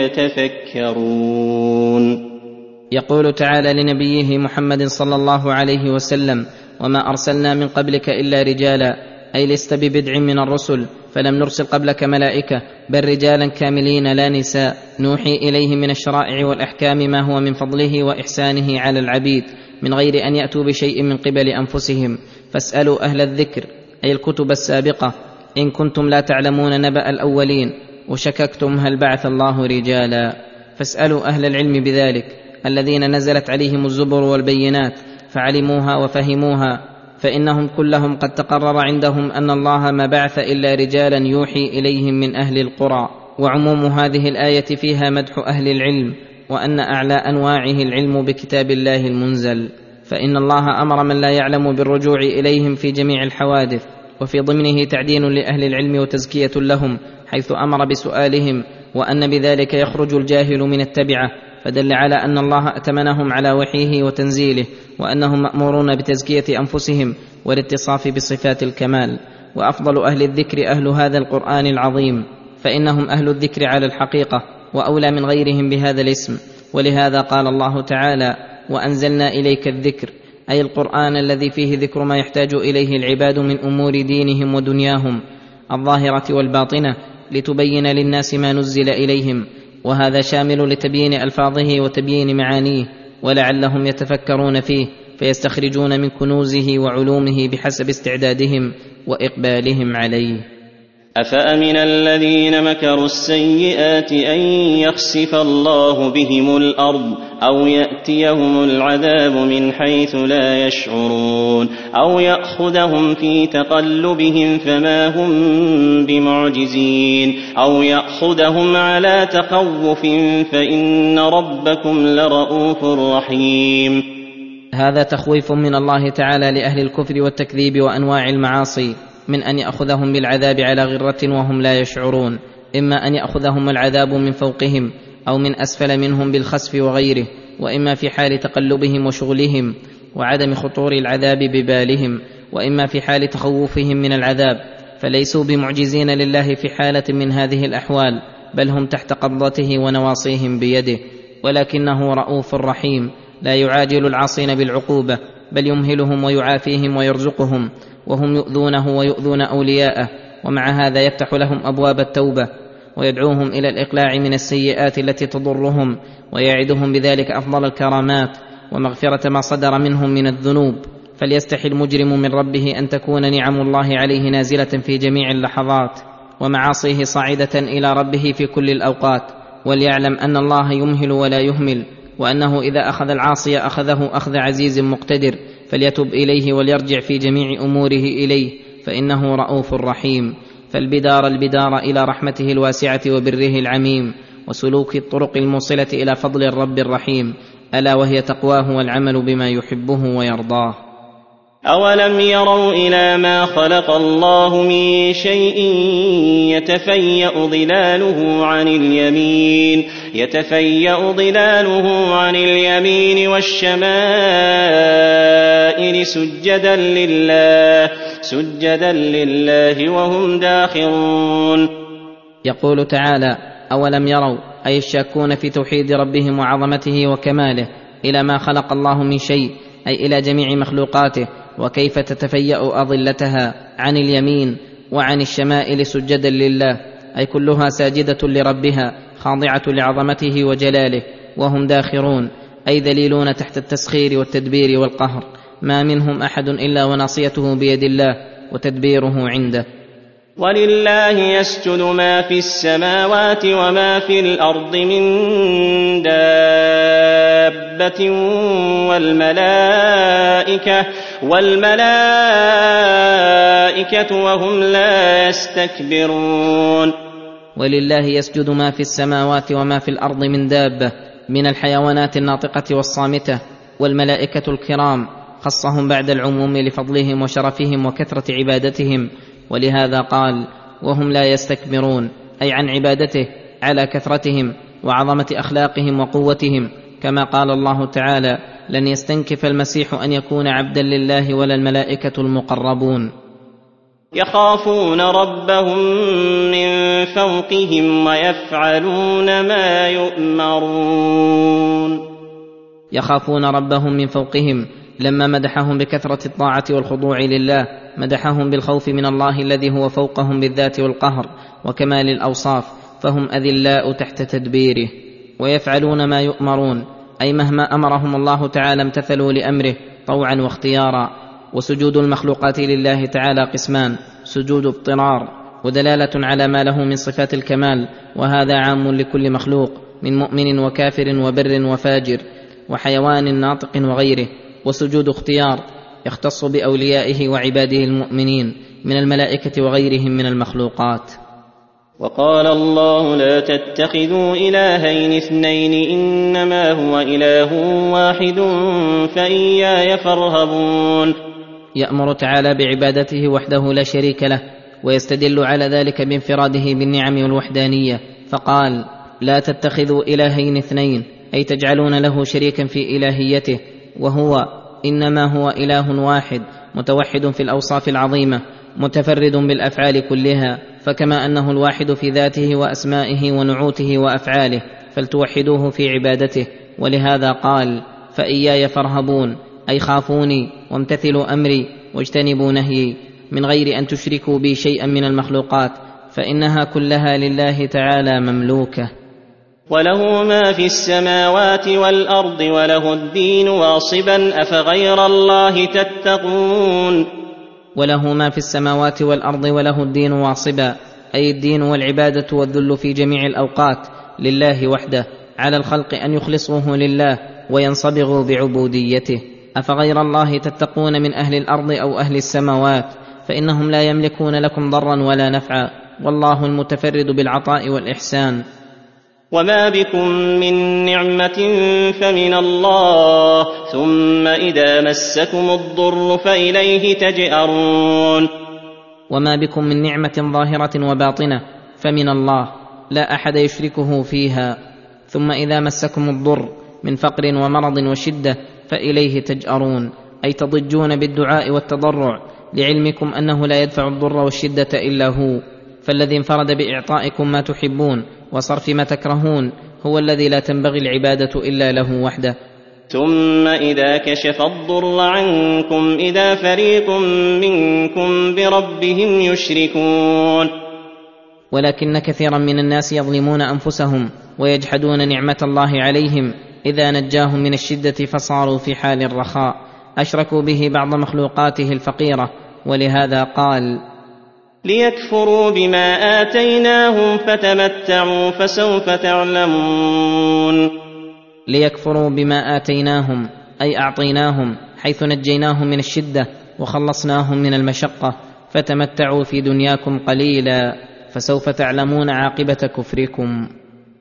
يتفكرون. يقول تعالى لنبيه محمد صلى الله عليه وسلم: وما أرسلنا من قبلك إلا رجالا، أي لست ببدع من الرسل، فلم نرسل قبلك ملائكة بل رجالا كاملين لا نساء، نوحي إليهم من الشرائع والأحكام ما هو من فضله وإحسانه على العبيد من غير أن يأتوا بشيء من قبل أنفسهم. فاسألوا أهل الذكر أي الكتب السابقة إن كنتم لا تعلمون نبأ الأولين وشككتم هل بعث الله رجالا. فاسألوا أهل العلم بذلك الذين نزلت عليهم الزبر والبينات فعلموها وفهموها، فإنهم كلهم قد تقرر عندهم أن الله ما بعث إلا رجالا يوحي إليهم من أهل القرى. وعموم هذه الآية فيها مدح أهل العلم، وأن أعلى أنواعه العلم بكتاب الله المنزل، فإن الله أمر من لا يعلم بالرجوع إليهم في جميع الحوادث، وفي ضمنه تعدين لأهل العلم وتزكية لهم حيث أمر بسؤالهم، وأن بذلك يخرج الجاهل من التبعة، فدل على أن الله أتمنهم على وحيه وتنزيله، وأنهم مأمورون بتزكية أنفسهم والاتصاف بصفات الكمال. وأفضل أهل الذكر أهل هذا القرآن العظيم، فإنهم أهل الذكر على الحقيقة وأولى من غيرهم بهذا الاسم. ولهذا قال الله تعالى: وأنزلنا إليك الذكر، أي القرآن الذي فيه ذكر ما يحتاج إليه العباد من أمور دينهم ودنياهم الظاهرة والباطنة، لتبين للناس ما نزل إليهم، وهذا شامل لتبيين ألفاظه وتبيين معانيه، ولعلهم يتفكرون فيه فيستخرجون من كنوزه وعلومه بحسب استعدادهم وإقبالهم عليه. أفأمن الذين مكروا السيئات أن يخسف الله بهم الأرض أو يأتيهم العذاب من حيث لا يشعرون أو يأخذهم في تقلبهم فما هم بمعجزين أو يأخذهم على تخوف فإن ربكم لرؤوف رحيم. هذا تخويف من الله تعالى لأهل الكفر والتكذيب وأنواع المعاصي، من أن يأخذهم بالعذاب على غرة وهم لا يشعرون، إما أن يأخذهم العذاب من فوقهم أو من أسفل منهم بالخسف وغيره، وإما في حال تقلبهم وشغلهم وعدم خطور العذاب ببالهم، وإما في حال تخوفهم من العذاب، فليسوا بمعجزين لله في حالة من هذه الأحوال، بل هم تحت قبضته ونواصيهم بيده، ولكنه رؤوف رحيم، لا يعاجل العاصين بالعقوبة، بل يمهلهم ويعافيهم ويرزقهم، وهم يؤذونه ويؤذون أولياءه، ومع هذا يفتح لهم أبواب التوبة ويدعوهم إلى الإقلاع من السيئات التي تضرهم، ويعدهم بذلك أفضل الكرامات ومغفرة ما صدر منهم من الذنوب. فليستحي المجرم من ربه أن تكون نعم الله عليه نازلة في جميع اللحظات، ومعاصيه صاعدة إلى ربه في كل الأوقات، وليعلم أن الله يمهل ولا يهمل، وأنه إذا أخذ العاصي أخذه أخذ عزيز مقتدر، فليتب إليه وليرجع في جميع أموره إليه، فإنه رؤوف رحيم. فالبدار إلى رحمته الواسعة وبره العميم، وسلوك الطرق الموصلة إلى فضل الرب الرحيم، ألا وهي تقواه والعمل بما يحبه ويرضاه. أولم يروا إلى ما خلق الله من شيء يتفيأ ظلاله عن اليمين والشمائل سجدا لله وهم داخرون. يقول تعالى: أولم يروا، أي الشاكون في توحيد ربهم وعظمته وكماله، إلى ما خلق الله من شيء، أي إلى جميع مخلوقاته، وكيف تتفيأ أظلتها عن اليمين وعن الشمائل سجدا لله، أي كلها ساجدة لربها خاضعة لعظمته وجلاله، وهم داخرون، أي ذليلون تحت التسخير والتدبير والقهر، ما منهم أحد إلا وناصيته بيد الله وتدبيره عنده. ولله يسجد ما في السماوات وما في الأرض من دابة والملائكة وهم لا يستكبرون. ولله يسجد ما في السماوات وما في الأرض من دابة من الحيوانات الناطقة والصامتة، والملائكة الكرام خصهم بعد العموم لفضلهم وشرفهم وكثرة عبادتهم، ولهذا قال: وهم لا يستكبرون، أي عن عبادته على كثرتهم وعظمة أخلاقهم وقوتهم، كما قال الله تعالى: لن يستنكف المسيح أن يكون عبدا لله ولا الملائكة المقربون. يخافون ربهم من فوقهم ويفعلون ما يؤمرون. يخافون ربهم من فوقهم، لما مدحهم بكثرة الطاعة والخضوع لله مدحهم بالخوف من الله الذي هو فوقهم بالذات والقهر وكمال الأوصاف، فهم أذلاء تحت تدبيره. ويفعلون ما يؤمرون، أي مهما أمرهم الله تعالى امتثلوا لأمره طوعا واختيارا. وسجود المخلوقات لله تعالى قسمان: سجود اضطرار ودلالة على ما له من صفات الكمال، وهذا عام لكل مخلوق من مؤمن وكافر وبر وفاجر وحيوان ناطق وغيره. وسجود اختيار يختص بأوليائه وعباده المؤمنين من الملائكة وغيرهم من المخلوقات. وقال الله: لا تتخذوا إلهين اثنين إنما هو إله واحد فإياي فارهبون. يأمر تعالى بعبادته وحده لا شريك له، ويستدل على ذلك بانفراده بالنعم والوحدانية، فقال: لا تتخذوا إلهين اثنين، أي تجعلون له شريكا في إلهيته، وهو إنما هو إله واحد متوحد في الأوصاف العظيمة متفرد بالأفعال كلها، فكما أنه الواحد في ذاته وأسمائه ونعوته وأفعاله فلتوحدوه في عبادته. ولهذا قال: فإياي فارهبون، أي خافوني وامتثلوا أمري واجتنبوا نهيي، من غير أن تشركوا بي شيئا من المخلوقات، فإنها كلها لله تعالى مملوكة. وله ما في السماوات والأرض وله الدين واصبا أفغير الله تتقون. وله ما في السماوات والأرض وله الدين واصبا، أي الدين والعبادة والذل في جميع الأوقات لله وحده، على الخلق أن يخلصوه لله وينصبغوا بعبوديته. أفغير الله تتقون من أهل الأرض أو أهل السماوات، فإنهم لا يملكون لكم ضرا ولا نفعا، والله المتفرد بالعطاء والإحسان. وما بكم من نعمة فمن الله، ثم إذا مسكم الضر فإليه تجأرون. وما بكم من نعمة ظاهرة وباطنة فمن الله، لا أحد يشركه فيها. ثم إذا مسكم الضر من فقر ومرض وشدة فإليه تجأرون، أي تضجون بالدعاء والتضرع، لعلمكم أنه لا يدفع الضر والشدة إلا هو. فالذي انفرد بإعطائكم ما تحبون وصرف ما تكرهون هو الذي لا تنبغي العبادة إلا له وحده. ثم إذا كشف الضر عنكم إذا فريق منكم بربهم يشركون. ولكن كثيرا من الناس يظلمون أنفسهم ويجحدون نعمة الله عليهم إذا نجاهم من الشدة فصاروا في حال الرخاء، أشركوا به بعض مخلوقاته الفقيرة. ولهذا قال: ليكفروا بما آتيناهم فتمتعوا فسوف تعلمون. ليكفروا بما آتيناهم، أي أعطيناهم، حيث نجيناهم من الشدة وخلصناهم من المشقة، فتمتعوا في دنياكم قليلا فسوف تعلمون عاقبة كفركم.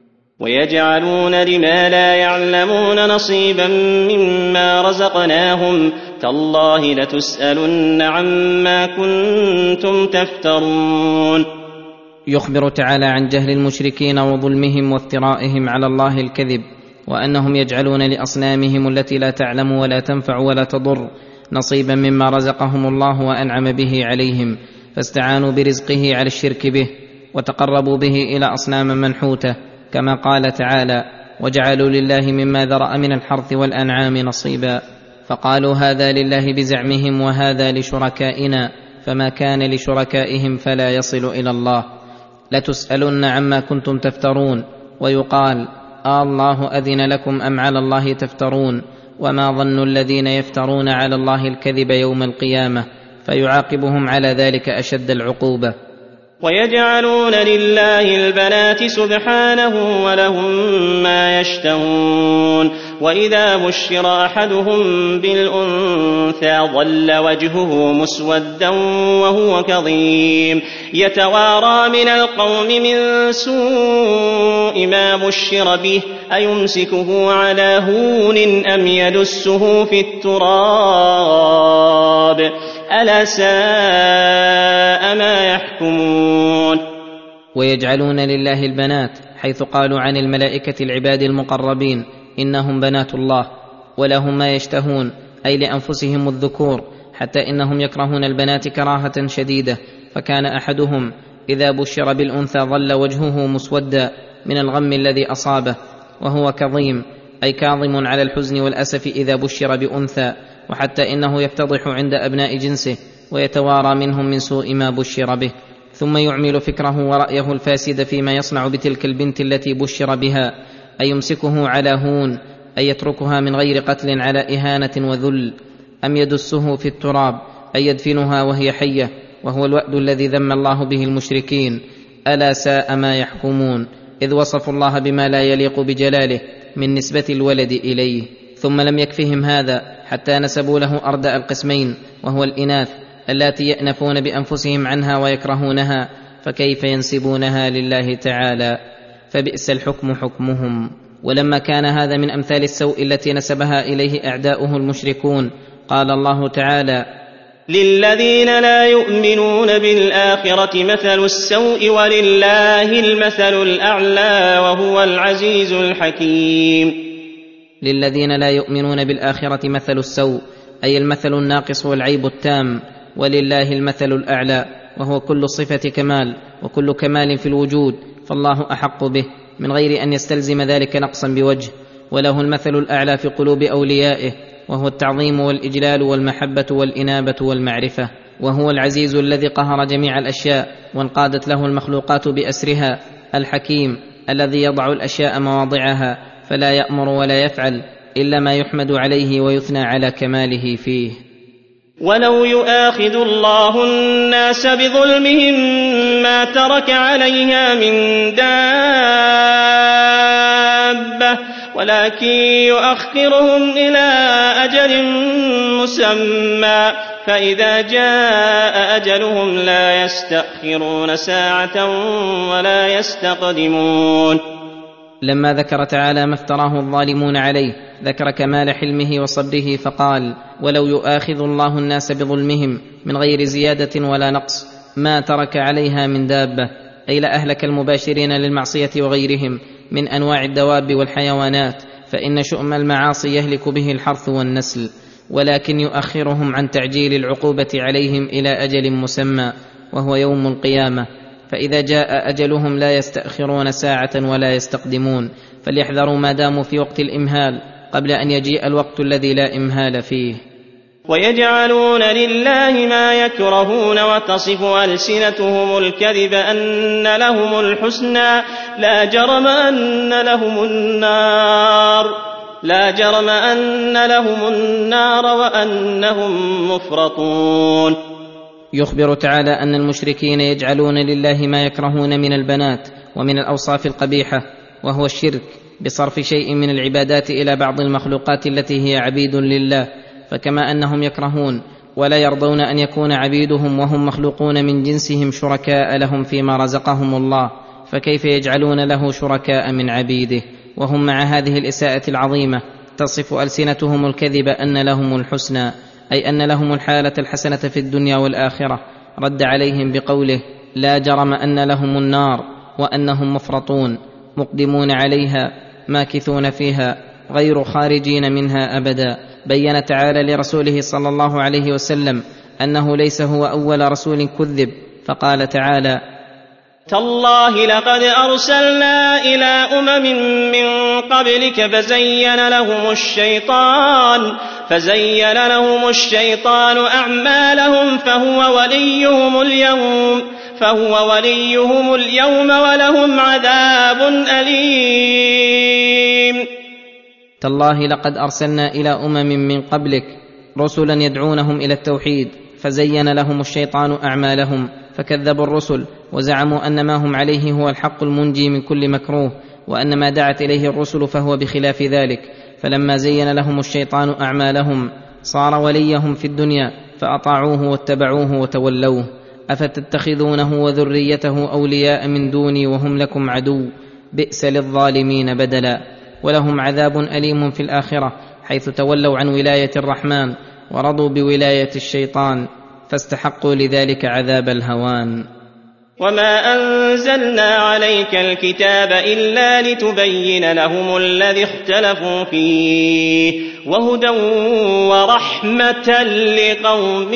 ويجعلون لما لا يعلمون نصيبا مما رزقناهم، تالله لتسألن عما كنتم تفترون. يخبر تعالى عن جهل المشركين وظلمهم وافترائهم على الله الكذب، وأنهم يجعلون لأصنامهم التي لا تعلم ولا تنفع ولا تضر نصيبا مما رزقهم الله وأنعم به عليهم، فاستعانوا برزقه على الشرك به وتقربوا به إلى أصنام منحوتة، كما قال تعالى: وجعلوا لله مما ذرأ من الحرث والأنعام نصيبا، فقالوا هذا لله بزعمهم وهذا لشركائنا، فما كان لشركائهم فلا يصل إلى الله. لتسألن عما كنتم تفترون. ويقال: الله أذن لكم أم على الله تفترون؟ وما ظن الذين يفترون على الله الكذب يوم القيامة، فيعاقبهم على ذلك أشد العقوبة. ويجعلون لله البنات سبحانه ولهم ما يشتهون، وإذا بشر أحدهم بالأنثى ظل وجهه مسودا وهو كظيم يتوارى من القوم من سوء ما بشر به أيمسكه على هون أم يدسه في التراب ألا ساء ما يحكمون. ويجعلون لله البنات حيث قالوا عن الملائكة العباد المقربين إنهم بنات الله، ولهم ما يشتهون أي لأنفسهم الذكور، حتى إنهم يكرهون البنات كراهة شديدة. فكان أحدهم إذا بشر بالأنثى ظل وجهه مسودا من الغم الذي أصابه، وهو كظيم أي كاظم على الحزن والأسف إذا بشر بأنثى، وحتى إنه يفتضح عند أبناء جنسه ويتوارى منهم من سوء ما بشر به، ثم يعمل فكره ورأيه الفاسد فيما يصنع بتلك البنت التي بشر بها، أي يمسكه على هون أي يتركها من غير قتل على إهانة وذل، أم يدسه في التراب أي يدفنها وهي حية، وهو الوأد الذي ذم الله به المشركين. ألا ساء ما يحكمون، إذ وصفوا الله بما لا يليق بجلاله من نسبة الولد إليه. ثم لم يكفهم هذا حتى نسبوا له أردأ القسمين، وهو الإناث اللاتي يأنفون بأنفسهم عنها ويكرهونها، فكيف ينسبونها لله تعالى؟ فبئس الحكم حكمهم. ولما كان هذا من أمثال السوء التي نسبها إليه أعداؤه المشركون، قال الله تعالى: للذين لا يؤمنون بالآخرة مثل السوء ولله المثل الأعلى وهو العزيز الحكيم. للذين لا يؤمنون بالآخرة مثل السوء أي المثل الناقص والعيب التام، ولله المثل الأعلى وهو كل صفة كمال وكل كمال في الوجود، فالله أحق به من غير أن يستلزم ذلك نقصا بوجه. وله المثل الأعلى في قلوب أوليائه، وهو التعظيم والإجلال والمحبة والإنابة والمعرفة. وهو العزيز الذي قهر جميع الأشياء وانقادت له المخلوقات بأسرها، الحكيم الذي يضع الأشياء مواضعها، فلا يأمر ولا يفعل إلا ما يحمد عليه ويثنى على كماله فيه. ولو يؤاخذ الله الناس بظلمهم ما ترك عليها من دابة ولكن يؤخرهم إلى أجل مسمى، فإذا جاء أجلهم لا يستأخرون ساعة ولا يستقدمون. لما ذكر تعالى ما افتراه الظالمون عليه، ذكر كمال حلمه وصبره فقال: ولو يؤاخذ الله الناس بظلمهم من غير زيادة ولا نقص ما ترك عليها من دابة، أي لأهلك المباشرين للمعصية وغيرهم من أنواع الدواب والحيوانات، فإن شؤم المعاصي يهلك به الحرث والنسل، ولكن يؤخرهم عن تعجيل العقوبة عليهم إلى أجل مسمى وهو يوم القيامة، فإذا جاء أجلهم لا يستأخرون ساعة ولا يستقدمون، فليحذروا ما داموا في وقت الإمهال قبل أن يجيء الوقت الذي لا إمهال فيه. ويجعلون لله ما يكرهون وتصف ألسنتهم الكذب أن لهم الحسنى لا جرم أن لهم النار وأنهم مفرطون. يخبر تعالى أن المشركين يجعلون لله ما يكرهون من البنات ومن الأوصاف القبيحة، وهو الشرك بصرف شيء من العبادات إلى بعض المخلوقات التي هي عبيد لله. فكما أنهم يكرهون ولا يرضون أن يكون عبيدهم وهم مخلوقون من جنسهم شركاء لهم فيما رزقهم الله، فكيف يجعلون له شركاء من عبيده وهم مع هذه الإساءة العظيمة تصف ألسنتهم الكذب أن لهم الحسنى، أي أن لهم الحالة الحسنة في الدنيا والآخرة. رد عليهم بقوله: لا جرم أن لهم النار وأنهم مفرطون مقدمون عليها ماكثون فيها غير خارجين منها أبدا. بين تعالى لرسوله صلى الله عليه وسلم أنه ليس هو أول رسول كذب، فقال تعالى: تالله لقد أرسلنا إلى أمم من قبلك فزين لهم الشيطان أعمالهم فهو وليهم اليوم ولهم عذاب أليم. تالله لقد أرسلنا إلى أمم من قبلك رسلا يدعونهم إلى التوحيد، فزين لهم الشيطان أعمالهم فكذبوا الرسل وزعموا أن ما هم عليه هو الحق المنجي من كل مكروه، وأن ما دعت إليه الرسل فهو بخلاف ذلك، فلما زين لهم الشيطان أعمالهم صار وليهم في الدنيا فأطاعوه واتبعوه وتولوه. أفتتخذونه وذريته أولياء من دوني وهم لكم عدو، بئس للظالمين بدلا. ولهم عذاب أليم في الآخرة حيث تولوا عن ولاية الرحمن ورضوا بولاية الشيطان، فاستحقوا لذلك عذاب الهوان. وما أنزلنا عليك الكتاب إلا لتبين لهم الذي اختلفوا فيه وهدى ورحمة لقوم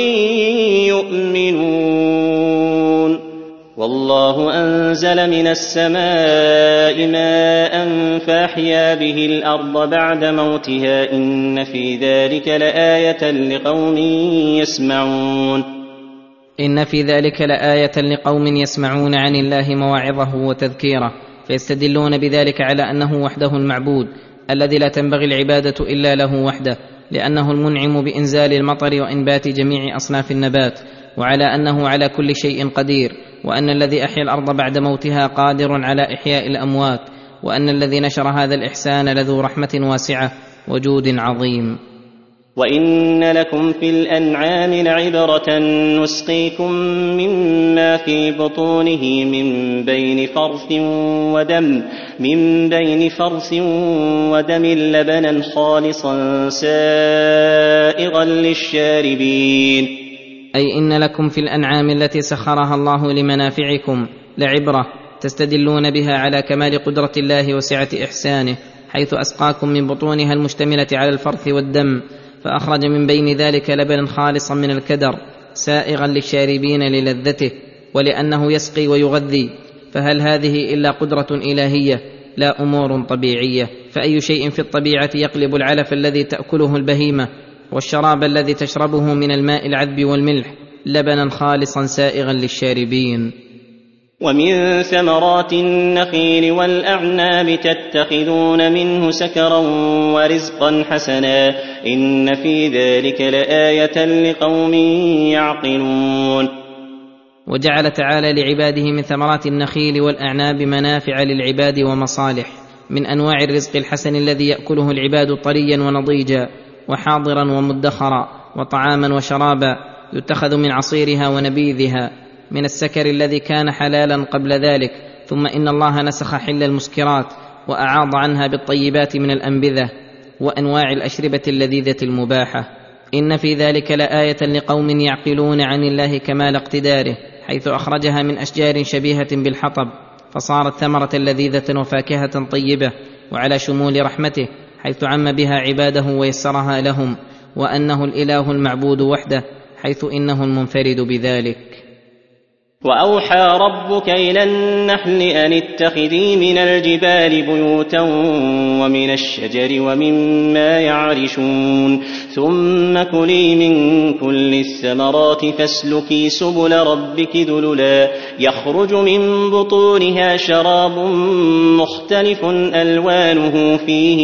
يؤمنون. والله أنزل من السماء ماء فأحيا به الأرض بعد موتها إن في ذلك لآية لقوم يسمعون. إن في ذلك لآية لقوم يسمعون عن الله مواعظه وتذكيره، فيستدلون بذلك على أنه وحده المعبود الذي لا تنبغي العبادة إلا له وحده، لأنه المنعم بإنزال المطر وإنبات جميع أصناف النبات، وعلى أنه على كل شيء قدير، وأن الذي أحيا الأرض بعد موتها قادر على إحياء الأموات، وأن الذي نشر هذا الإحسان لذو رحمة واسعة وجود عظيم. وإن لكم في الأنعام لعبرة نسقيكم مما في بطونه من بين فرث ودم لبنا خالصا سائغا للشاربين. أي إن لكم في الأنعام التي سخرها الله لمنافعكم لعبرة تستدلون بها على كمال قدرة الله وسعة إحسانه، حيث أسقاكم من بطونها المشتملة على الفرث والدم، فأخرج من بين ذلك لبنا خالصا من الكدر سائغا للشاربين للذته، ولأنه يسقي ويغذي. فهل هذه إلا قدرة إلهية لا أمور طبيعية؟ فأي شيء في الطبيعة يقلب العلف الذي تأكله البهيمة والشراب الذي تشربه من الماء العذب والملح لبنا خالصا سائغا للشاربين. ومن ثمرات النخيل والأعناب تتخذون منه سكرا ورزقا حسنا إن في ذلك لآية لقوم يعقلون. وجعل تعالى لعباده من ثمرات النخيل والأعناب منافع للعباد ومصالح، من أنواع الرزق الحسن الذي يأكله العباد طريا ونضيجا وحاضرا ومدخرا، وطعاما وشرابا يتخذ من عصيرها ونبيذها، من السكر الذي كان حلالا قبل ذلك، ثم إن الله نسخ حل المسكرات وأعاض عنها بالطيبات من الأنبذة وأنواع الأشربة اللذيذة المباحة. إن في ذلك لآية لقوم يعقلون عن الله كمال اقتداره، حيث أخرجها من أشجار شبيهة بالحطب فصارت ثمرة لذيذة وفاكهة طيبة، وعلى شمول رحمته حيث عم بها عباده ويسرها لهم، وأنه الإله المعبود وحده حيث إنه المنفرد بذلك. وأوحى ربك إلى النحل أن اتخذي من الجبال بيوتا ومن الشجر ومما يعرشون ثم كلي من كل الثمرات فاسلكي سبل ربك ذللا يخرج من بطونها شراب مختلف ألوانه فيه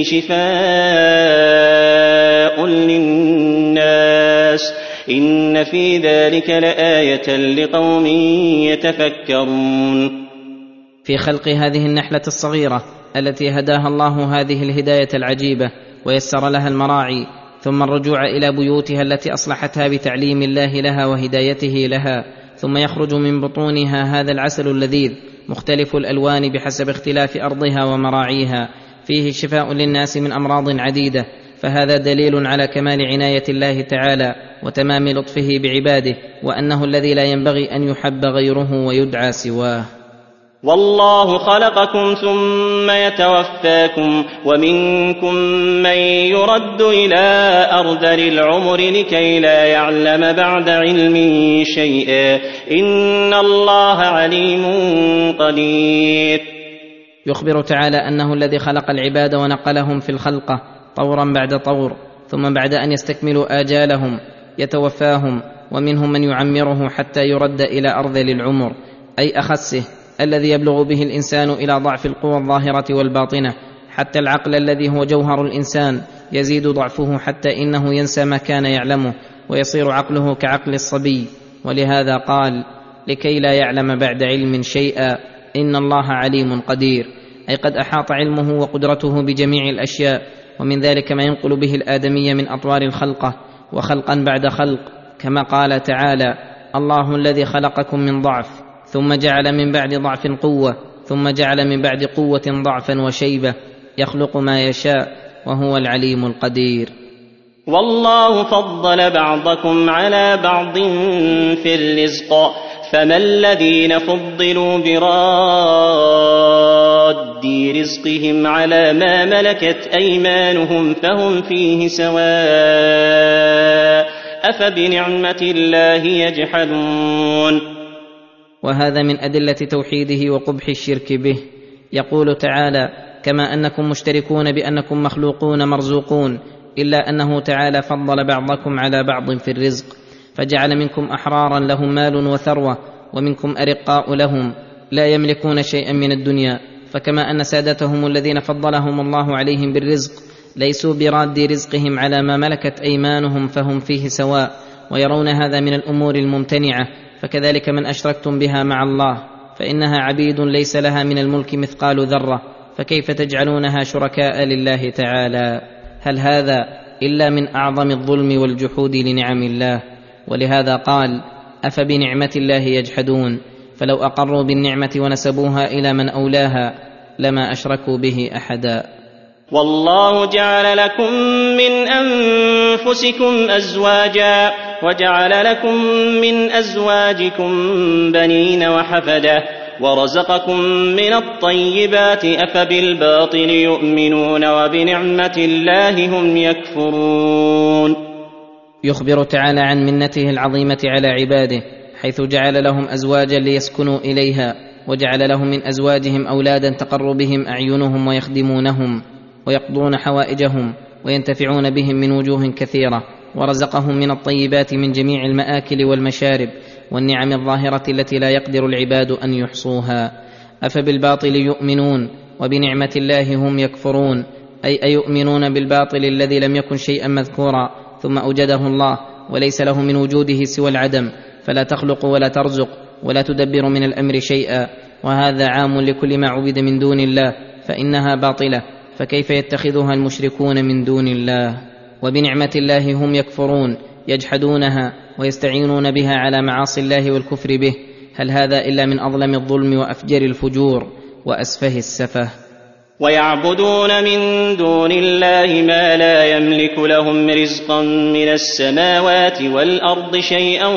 شفاء للناس إن في ذلك لآية لقوم يتفكرون. في خلق هذه النحلة الصغيرة التي هداها الله هذه الهداية العجيبة ويسر لها المراعي، ثم الرجوع إلى بيوتها التي أصلحتها بتعليم الله لها وهدايته لها، ثم يخرج من بطونها هذا العسل اللذيذ مختلف الألوان بحسب اختلاف أرضها ومراعيها، فيه شفاء للناس من أمراض عديدة، فهذا دليل على كمال عناية الله تعالى وتمام لطفه بعباده، وأنه الذي لا ينبغي أن يحب غيره ويدعى سواه. والله خلقكم ثم يتوفاكم ومنكم من يرد إلى أرذل العمر لكي لا يعلم بعد علم شيئا إن الله عليم قدير. يخبر تعالى أنه الذي خلق العباد ونقلهم في الخلقة طورا بعد طور، ثم بعد أن يستكملوا آجالهم يتوفاهم، ومنهم من يعمره حتى يرد إلى أرذل العمر أي أخسه الذي يبلغ به الإنسان إلى ضعف القوى الظاهرة والباطنة، حتى العقل الذي هو جوهر الإنسان يزيد ضعفه حتى إنه ينسى ما كان يعلمه ويصير عقله كعقل الصبي. ولهذا قال لكي لا يعلم بعد علم شيئا إن الله عليم قدير، أي قد أحاط علمه وقدرته بجميع الأشياء ومن ذلك ما ينقل به الآدمي من أطوار الخلقة وخلقا بعد خلق، كما قال تعالى: الله الذي خلقكم من ضعف ثم جعل من بعد ضعف قوة ثم جعل من بعد قوة ضعفا وشيبة يخلق ما يشاء وهو العليم القدير. والله فضل بعضكم على بعض في الرزق، فما الذين فضلوا براد رزقهم على ما ملكت أيمانهم فهم فيه سواء أفبنعمة الله يجحدون. وهذا من أدلة توحيده وقبح الشرك به. يقول تعالى: كما أنكم مشتركون بأنكم مخلوقون مرزوقون، إلا أنه تعالى فضل بعضكم على بعض في الرزق، فجعل منكم أحرارا لهم مال وثروة، ومنكم أرقاء لهم لا يملكون شيئا من الدنيا. فكما أن سادتهم الذين فضلهم الله عليهم بالرزق ليسوا براد رزقهم على ما ملكت أيمانهم فهم فيه سواء، ويرون هذا من الأمور الممتنعة، فكذلك من أشركتم بها مع الله فإنها عبيد ليس لها من الملك مثقال ذرة، فكيف تجعلونها شركاء لله تعالى؟ هل هذا إلا من أعظم الظلم والجحود لنعم الله؟ ولهذا قال: أفبنعمة الله يجحدون. فلو أقروا بالنعمة ونسبوها إلى من أولاها لما أشركوا به أحدا. والله جعل لكم من أنفسكم أزواجا وجعل لكم من أزواجكم بنين وحفدة ورزقكم من الطيبات، أفبالباطل يؤمنون وبنعمة الله هم يكفرون. يخبر تعالى عن منته العظيمة على عباده، حيث جعل لهم أزواجا ليسكنوا إليها، وجعل لهم من أزواجهم أولادا تقر بهم أعينهم ويخدمونهم ويقضون حوائجهم وينتفعون بهم من وجوه كثيرة، ورزقهم من الطيبات من جميع المآكل والمشارب والنعم الظاهرة التي لا يقدر العباد أن يحصوها. أفبالباطل يؤمنون وبنعمة الله هم يكفرون، أي أيؤمنون بالباطل الذي لم يكن شيئا مذكورا ثم أوجده الله وليس له من وجوده سوى العدم، فلا تخلق ولا ترزق ولا تدبر من الأمر شيئا، وهذا عام لكل ما عبد من دون الله فإنها باطلة، فكيف يتخذها المشركون من دون الله؟ وبنعمة الله هم يكفرون، يجحدونها ويستعينون بها على معاصي الله والكفر به. هل هذا إلا من أظلم الظلم وأفجر الفجور وأسفه السفه؟ ويعبدون من دون الله ما لا يملك لهم رزقا من السماوات والأرض شيئا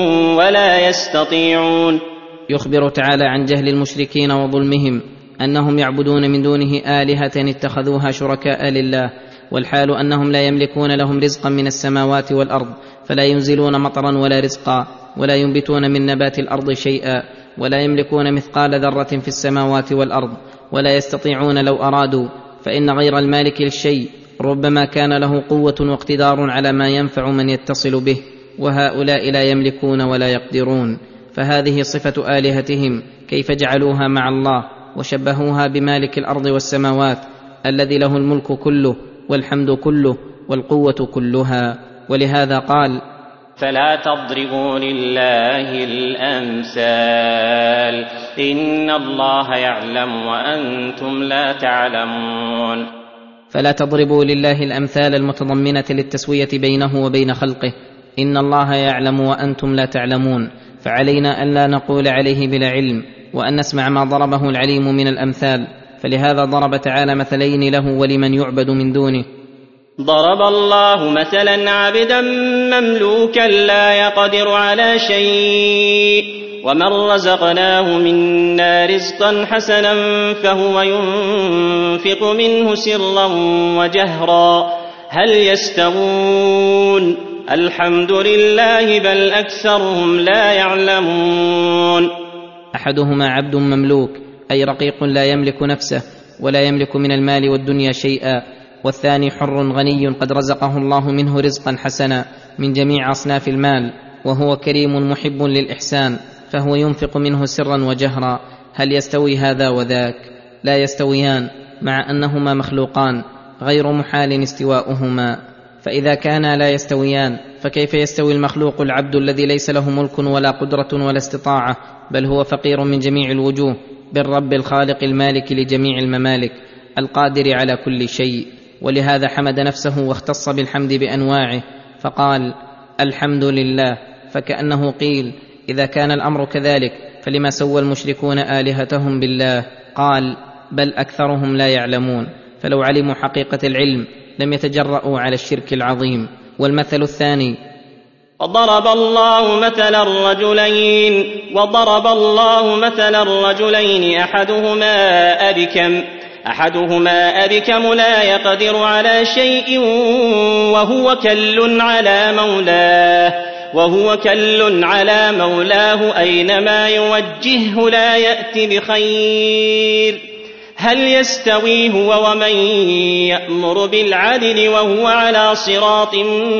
ولا يستطيعون. يخبر تعالى عن جهل المشركين وظلمهم، أنهم يعبدون من دونه آلهة اتخذوها شركاء لله، والحال أنهم لا يملكون لهم رزقا من السماوات والأرض، فلا ينزلون مطرا ولا رزقا، ولا ينبتون من نبات الأرض شيئا، ولا يملكون مثقال ذرة في السماوات والأرض، ولا يستطيعون لو أرادوا، فإن غير المالك للشيء ربما كان له قوة واقتدار على ما ينفع من يتصل به، وهؤلاء لا يملكون ولا يقدرون. فهذه صفة آلهتهم، كيف جعلوها مع الله وشبهوها بمالك الأرض والسماوات الذي له الملك كله والحمد كله والقوة كلها. ولهذا قال: فلا تضربوا لله الأمثال إن الله يعلم وأنتم لا تعلمون. فلا تضربوا لله الأمثال المتضمنة للتسوية بينه وبين خلقه، إن الله يعلم وأنتم لا تعلمون، فعلينا أن لا نقول عليه بلا علم، وأن نسمع ما ضربه العليم من الأمثال. فلهذا ضرب تعالى مثلين له ولمن يعبد من دونه. ضرب الله مثلا عبدا مملوكا لا يقدر على شيء، ومن رزقناه منا رزقا حسنا فهو ينفق منه سرا وجهرا هل يستوون؟ الحمد لله بل أكثرهم لا يعلمون. أحدهما عبد مملوك، أي رقيق لا يملك نفسه ولا يملك من المال والدنيا شيئا، والثاني حر غني قد رزقه الله منه رزقا حسنا من جميع أصناف المال، وهو كريم محب للإحسان، فهو ينفق منه سرا وجهرا. هل يستوي هذا وذاك؟ لا يستويان، مع أنهما مخلوقان غير محال استواؤهما. فإذا كانا لا يستويان، فكيف يستوي المخلوق العبد الذي ليس له ملك ولا قدرة ولا استطاعة، بل هو فقير من جميع الوجوه، بالرب الخالق المالك لجميع الممالك القادر على كل شيء؟ ولهذا حمد نفسه واختص بالحمد بانواعه فقال الحمد لله، فكأنه قيل إذا كان الأمر كذلك فلما سوى المشركون آلهتهم بالله؟ قال بل أكثرهم لا يعلمون، فلو علموا حقيقة العلم لم يتجرؤوا على الشرك العظيم. والمثل الثاني: وضرب الله مثلا الرجلين أحدهما أبكم لا يقدر على شيء وهو كل على مولاه أينما يوجهه لا يأت بخير. هل يستوي هو ومن يأمر بالعدل وهو على صراط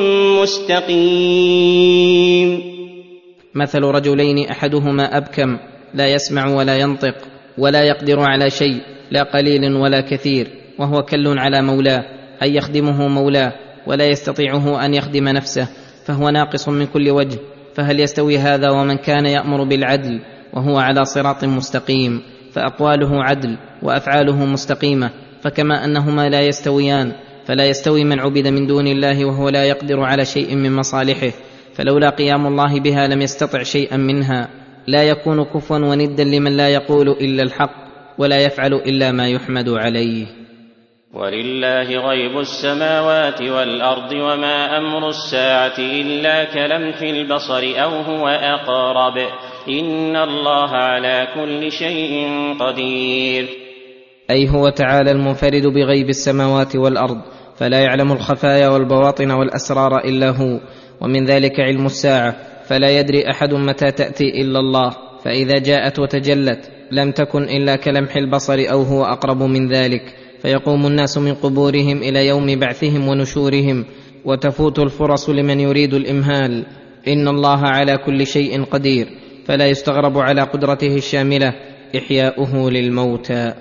مستقيم؟ مثل رجلين أحدهما أبكم لا يسمع ولا ينطق ولا يقدر على شيء لا قليل ولا كثير، وهو كل على مولاه أي يخدمه مولاه ولا يستطيعه أن يخدم نفسه، فهو ناقص من كل وجه. فهل يستوي هذا ومن كان يأمر بالعدل وهو على صراط مستقيم؟ فأقواله عدل وأفعاله مستقيمة، فكما أنهما لا يستويان فلا يستوي من عبد من دون الله وهو لا يقدر على شيء من مصالحه، فلولا قيام الله بها لم يستطع شيئا منها. لا يكون كفوا وندا لمن لا يقول إلا الحق ولا يفعل إلا ما يحمد عليه. ولله غيب السماوات والأرض وما أمر الساعة إلا كلمح البصر أو هو أقرب إن الله على كل شيء قدير. أي هو تعالى المنفرد بغيب السماوات والأرض، فلا يعلم الخفايا والبواطن والأسرار إلا هو، ومن ذلك علم الساعة، فلا يدري أحد متى تأتي إلا الله، فإذا جاءت وتجلت لم تكن إلا كلمح البصر أو هو أقرب من ذلك، فيقوم الناس من قبورهم إلى يوم بعثهم ونشورهم، وتفوت الفرص لمن يريد الإمهال. إن الله على كل شيء قدير، فلا يستغرب على قدرته الشاملة إحياؤه للموتى.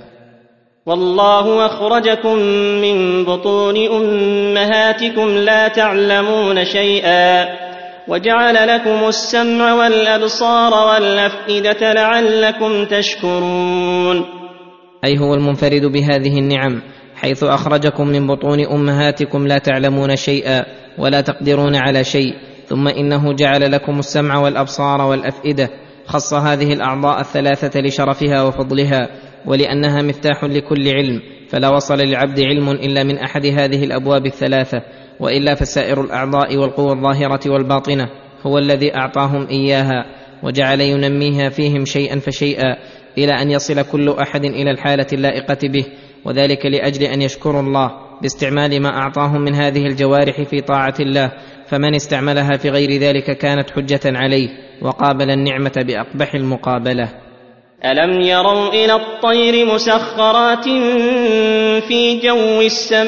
والله أخرجكم من بطون أمهاتكم لا تعلمون شيئا وجعل لكم السمع والأبصار والأفئدة لعلكم تشكرون. أي هو المنفرد بهذه النعم، حيث أخرجكم من بطون أمهاتكم لا تعلمون شيئا ولا تقدرون على شيء، ثم إنه جعل لكم السمع والأبصار والأفئدة، خص هذه الأعضاء الثلاثة لشرفها وفضلها ولأنها مفتاح لكل علم، فلا وصل للعبد علم إلا من أحد هذه الأبواب الثلاثة، وإلا فسائر الأعضاء والقوى الظاهرة والباطنة هو الذي أعطاهم إياها وجعل ينميها فيهم شيئا فشيئا إلى أن يصل كل أحد إلى الحالة اللائقة به، وذلك لأجل أن يشكروا الله باستعمال ما أعطاهم من هذه الجوارح في طاعة الله، فمن استعملها في غير ذلك كانت حجة عليه وقابل النعمة بأقبح المقابلة. ألم يروا إلى الطير مسخرات في جو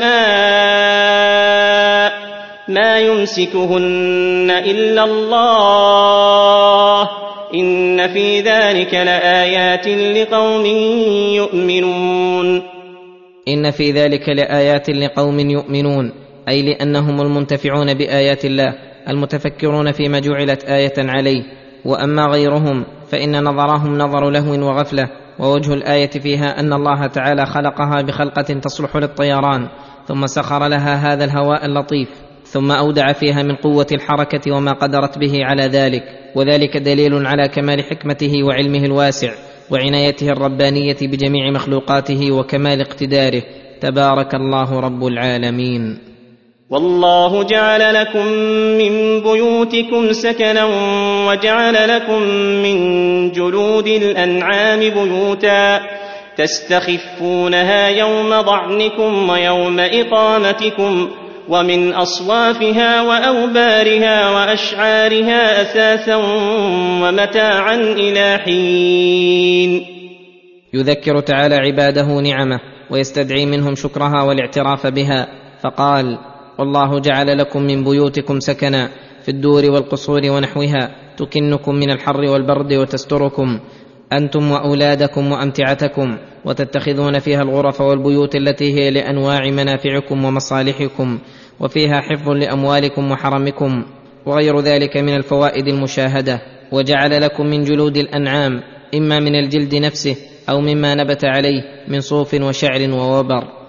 السماء ما يمسكهن إلا الله إن في ذلك لآيات لقوم يؤمنون. إن في ذلك لآيات لقوم يؤمنون، أي لأنهم المنتفعون بآيات الله المتفكرون فيما جعلت آية عليه. وأما غيرهم فإن نظرهم نظر لهو وغفلة، ووجه الآية فيها أن الله تعالى خلقها بخلقة تصلح للطيران، ثم سخر لها هذا الهواء اللطيف، ثم أودع فيها من قوة الحركة وما قدرت به على ذلك، وذلك دليل على كمال حكمته وعلمه الواسع وعنايته الربانية بجميع مخلوقاته وكمال اقتداره. تبارك الله رب العالمين. والله جعل لكم من بيوتكم سكنا وجعل لكم من جلود الأنعام بيوتا تستخفونها يوم ضعنكم ويوم إقامتكم، ومن أصوافها وأوبارها وأشعارها أثاثا ومتاعا إلى حين. يذكر تعالى عباده نعمه ويستدعي منهم شكرها والاعتراف بها، فقال: والله جعل لكم من بيوتكم سكنا في الدور والقصور ونحوها تكنكم من الحر والبرد وتستركم أنتم وأولادكم وأمتعتكم، وتتخذون فيها الغرف والبيوت التي هي لأنواع منافعكم ومصالحكم، وفيها حفظ لأموالكم وحرمكم وغير ذلك من الفوائد المشاهدة. وجعل لكم من جلود الأنعام إما من الجلد نفسه أو مما نبت عليه من صوف وشعر ووبر،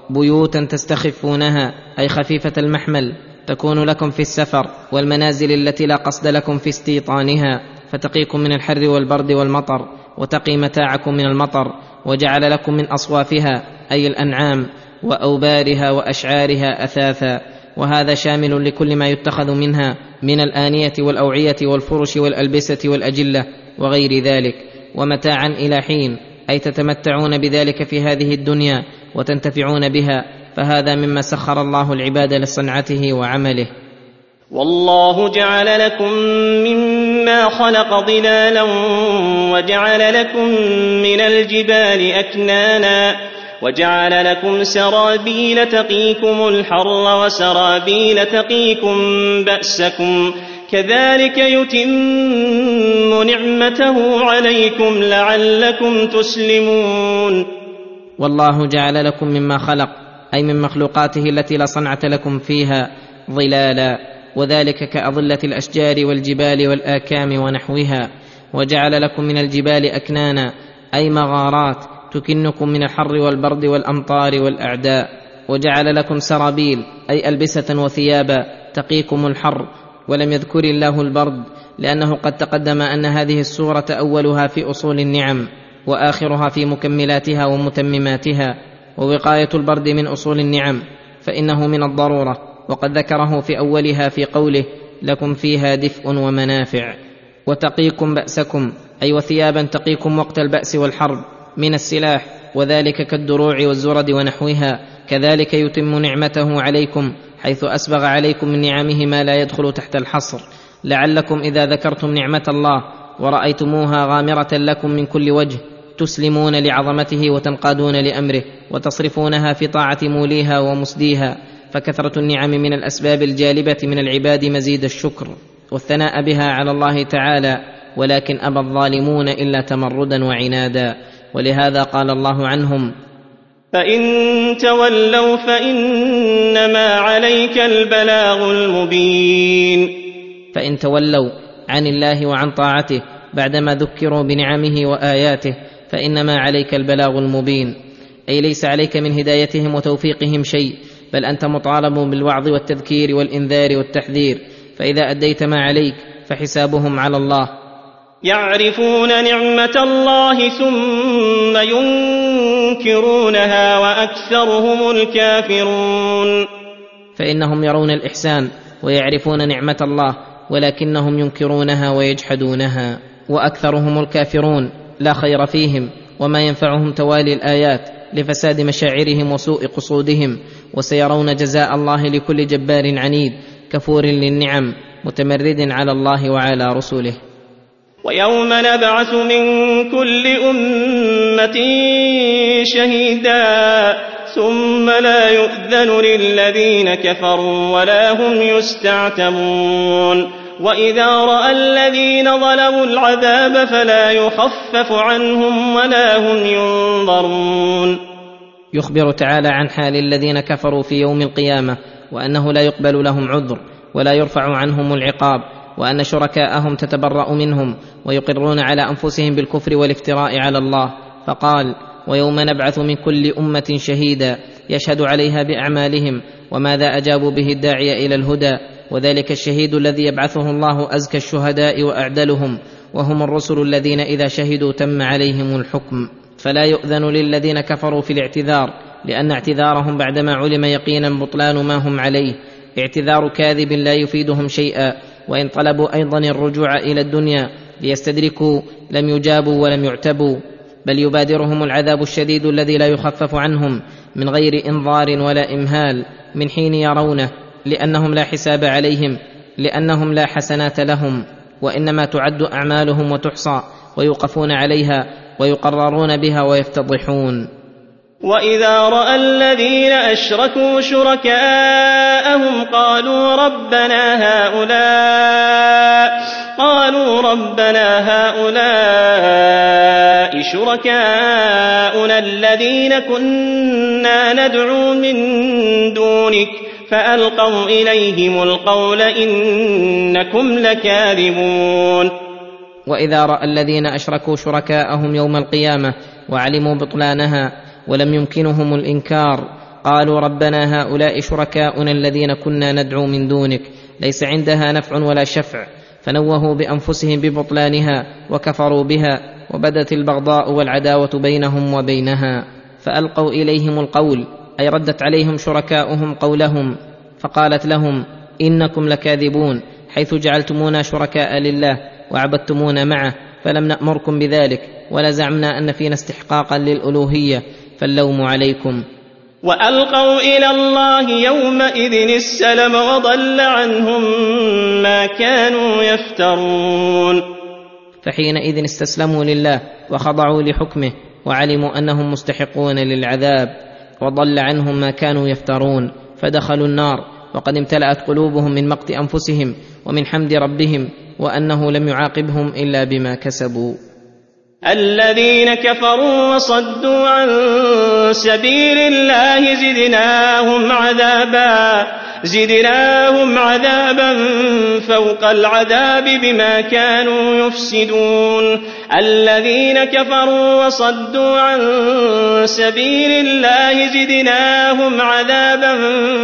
بيوتا تستخفونها أي خفيفة المحمل تكون لكم في السفر، والمنازل التي لا قصد لكم في استيطانها، فتقيكم من الحر والبرد والمطر، وتقي متاعكم من المطر. وجعل لكم من أصوافها أي الأنعام وأوبارها وأشعارها أثاثا، وهذا شامل لكل ما يتخذ منها من الآنية والأوعية والفرش والألبسة والأجلة وغير ذلك، ومتاعا إلى حين، أي تتمتعون بذلك في هذه الدنيا وتنتفعون بها، فهذا مما سخر الله العباد لصنعته وعمله. والله جعل لكم مما خلق ظلالا وجعل لكم من الجبال أكنانا وجعل لكم سرابيل تقيكم الحر وسرابيل تقيكم بأسكم كذلك يتم نعمته عليكم لعلكم تسلمون. والله جعل لكم مما خلق أي من مخلوقاته التي لا صنعة لكم فيها ظلالا، وذلك كأظلة الأشجار والجبال والآكام ونحوها. وجعل لكم من الجبال أكنانا أي مغارات تكنكم من الحر والبرد والأمطار والأعداء. وجعل لكم سرابيل أي ألبسة وثيابا تقيكم الحر، ولم يذكر الله البرد لأنه قد تقدم أن هذه السورة أولها في أصول النعم وآخرها في مكملاتها ومتمماتها، ووقاية البرد من أصول النعم فإنه من الضرورة، وقد ذكره في أولها في قوله لكم فيها دفء ومنافع. وتقيكم بأسكم أي وثيابا تقيكم وقت البأس والحرب من السلاح، وذلك كالدروع والزرد ونحوها. كذلك يتم نعمته عليكم حيث أسبغ عليكم من نعمه ما لا يدخل تحت الحصر، لعلكم إذا ذكرتم نعمة الله ورأيتموها غامرة لكم من كل وجه تسلمون لعظمته وتنقادون لأمره وتصرفونها في طاعة موليها ومسديها. فكثرة النعم من الأسباب الجالبة من العباد مزيد الشكر والثناء بها على الله تعالى، ولكن أبى الظالمون إلا تمردا وعنادا. ولهذا قال الله عنهم فإن تولوا فإنما عليك البلاغ المبين. فإن تولوا عن الله وعن طاعته بعدما ذكروا بنعمه وآياته فإنما عليك البلاغ المبين، أي ليس عليك من هدايتهم وتوفيقهم شيء، بل أنت مطالب بالوعظ والتذكير والإنذار والتحذير، فإذا أديت ما عليك فحسابهم على الله. يعرفون نعمة الله ثم ينكرونها وأكثرهم الكافرون. فإنهم يرون الإحسان ويعرفون نعمة الله ولكنهم ينكرونها ويجحدونها، وأكثرهم الكافرون لا خير فيهم وما ينفعهم توالي الآيات لفساد مشاعرهم وسوء قصودهم، وسيرون جزاء الله لكل جبار عنيد كفور للنعم متمرد على الله وعلى رسله. ويوم نبعث من كل أمة شهيدا ثم لا يؤذن للذين كفروا ولا هم يستعتبون. وإذا رأى الذين ظلموا العذاب فلا يخفف عنهم ولا هم ينظرون. يخبر تعالى عن حال الذين كفروا في يوم القيامة، وأنه لا يقبل لهم عذر ولا يرفع عنهم العقاب، وأن شركاءهم تتبرأ منهم ويقرون على أنفسهم بالكفر والافتراء على الله. فقال ويوم نبعث من كل أمة شهيدا يشهد عليها بأعمالهم وماذا أجابوا به الداعي إلى الهدى، وذلك الشهيد الذي يبعثه الله أزكى الشهداء وأعدلهم، وهم الرسل الذين إذا شهدوا تم عليهم الحكم. فلا يؤذن للذين كفروا في الاعتذار، لأن اعتذارهم بعدما علم يقينا بطلان ما هم عليه اعتذار كاذب لا يفيدهم شيئا، وإن طلبوا أيضا الرجوع إلى الدنيا ليستدركوا لم يجابوا ولم يعتبوا، بل يبادرهم العذاب الشديد الذي لا يخفف عنهم من غير إنظار ولا إمهال من حين يرونه، لأنهم لا حساب عليهم، لأنهم لا حسنات لهم، وإنما تعد أعمالهم وتحصى ويوقفون عليها ويقررون بها ويفتضحون. وإذا رأى الذين أشركوا شركاءهم قالوا ربنا هؤلاء شركاؤنا الذين كنا ندعو من دونك فألقوا إليهم القول إنكم لكاذبون. وإذا رأى الذين أشركوا شركاءهم يوم القيامة وعلموا بطلانها ولم يمكنهم الإنكار فقالوا ربنا هؤلاء شركاؤنا الذين كنا ندعو من دونك ليس عندها نفع ولا شفع، فنوهوا بأنفسهم ببطلانها وكفروا بها، وبدت البغضاء والعداوة بينهم وبينها. فألقوا إليهم القول، أي ردت عليهم شركاؤهم قولهم، فقالت لهم إنكم لكاذبون، حيث جعلتمونا شركاء لله وعبدتمونا معه، فلم نأمركم بذلك ولا زعمنا أن فينا استحقاقا للألوهية، فاللوم عليكم. وألقوا إلى الله يومئذ السلم وضل عنهم ما كانوا يفترون. فحينئذ استسلموا لله وخضعوا لحكمه، وعلموا أنهم مستحقون للعذاب، وضل عنهم ما كانوا يفترون، فدخلوا النار وقد امتلأت قلوبهم من مقت أنفسهم ومن حمد ربهم، وأنه لم يعاقبهم إلا بما كسبوا. الذين كفروا وصدوا عن سبيل الله زدناهم عذابا فوق العذاب بما كانوا يفسدون. الذين كفروا وصدوا عن سبيل الله زدناهم عذابا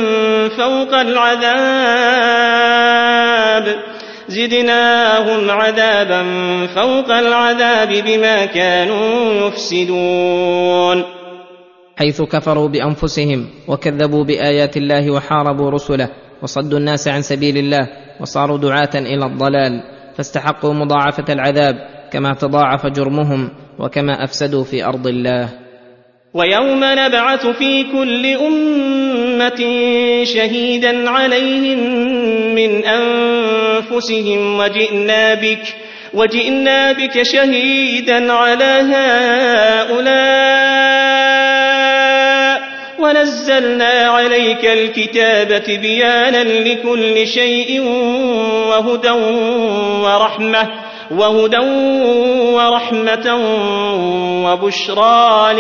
فوق العذاب بما كانوا يفسدون. حيث كفروا بأنفسهم وكذبوا بآيات الله وحاربوا رسله وصدوا الناس عن سبيل الله وصاروا دعاة إلى الضلال، فاستحقوا مضاعفة العذاب كما تضاعف جرمهم وكما أفسدوا في أرض الله. ويوم نبعث في كل أمة شهيدا عليهم من أنفسهم وجئنا بك شهيدا على هؤلاء ونزلنا عليك الكتاب تبيانا لكل شيء وهدى ورحمة وبشرى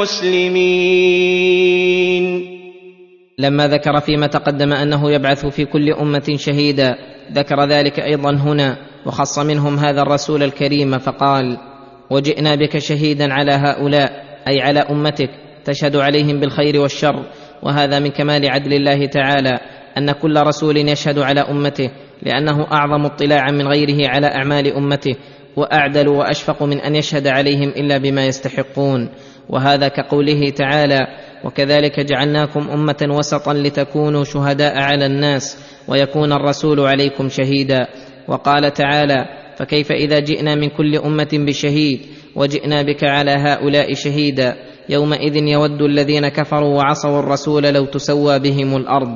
للمسلمين. لما ذكر فيما تقدم أنه يبعث في كل أمة شهيدا، ذكر ذلك أيضا هنا وخص منهم هذا الرسول الكريم، فقال وجئنا بك شهيدا على هؤلاء، أي على أمتك، تشهد عليهم بالخير والشر. وهذا من كمال عدل الله تعالى أن كل رسول يشهد على أمته، لأنه أعظم اطلاعا من غيره على أعمال أمته، وأعدل وأشفق من أن يشهد عليهم إلا بما يستحقون. وهذا كقوله تعالى وكذلك جعلناكم أمة وسطا لتكونوا شهداء على الناس ويكون الرسول عليكم شهيدا. وقال تعالى فكيف إذا جئنا من كل أمة بشهيد وجئنا بك على هؤلاء شهيدا، يومئذ يود الذين كفروا وعصوا الرسول لو تسوى بهم الأرض.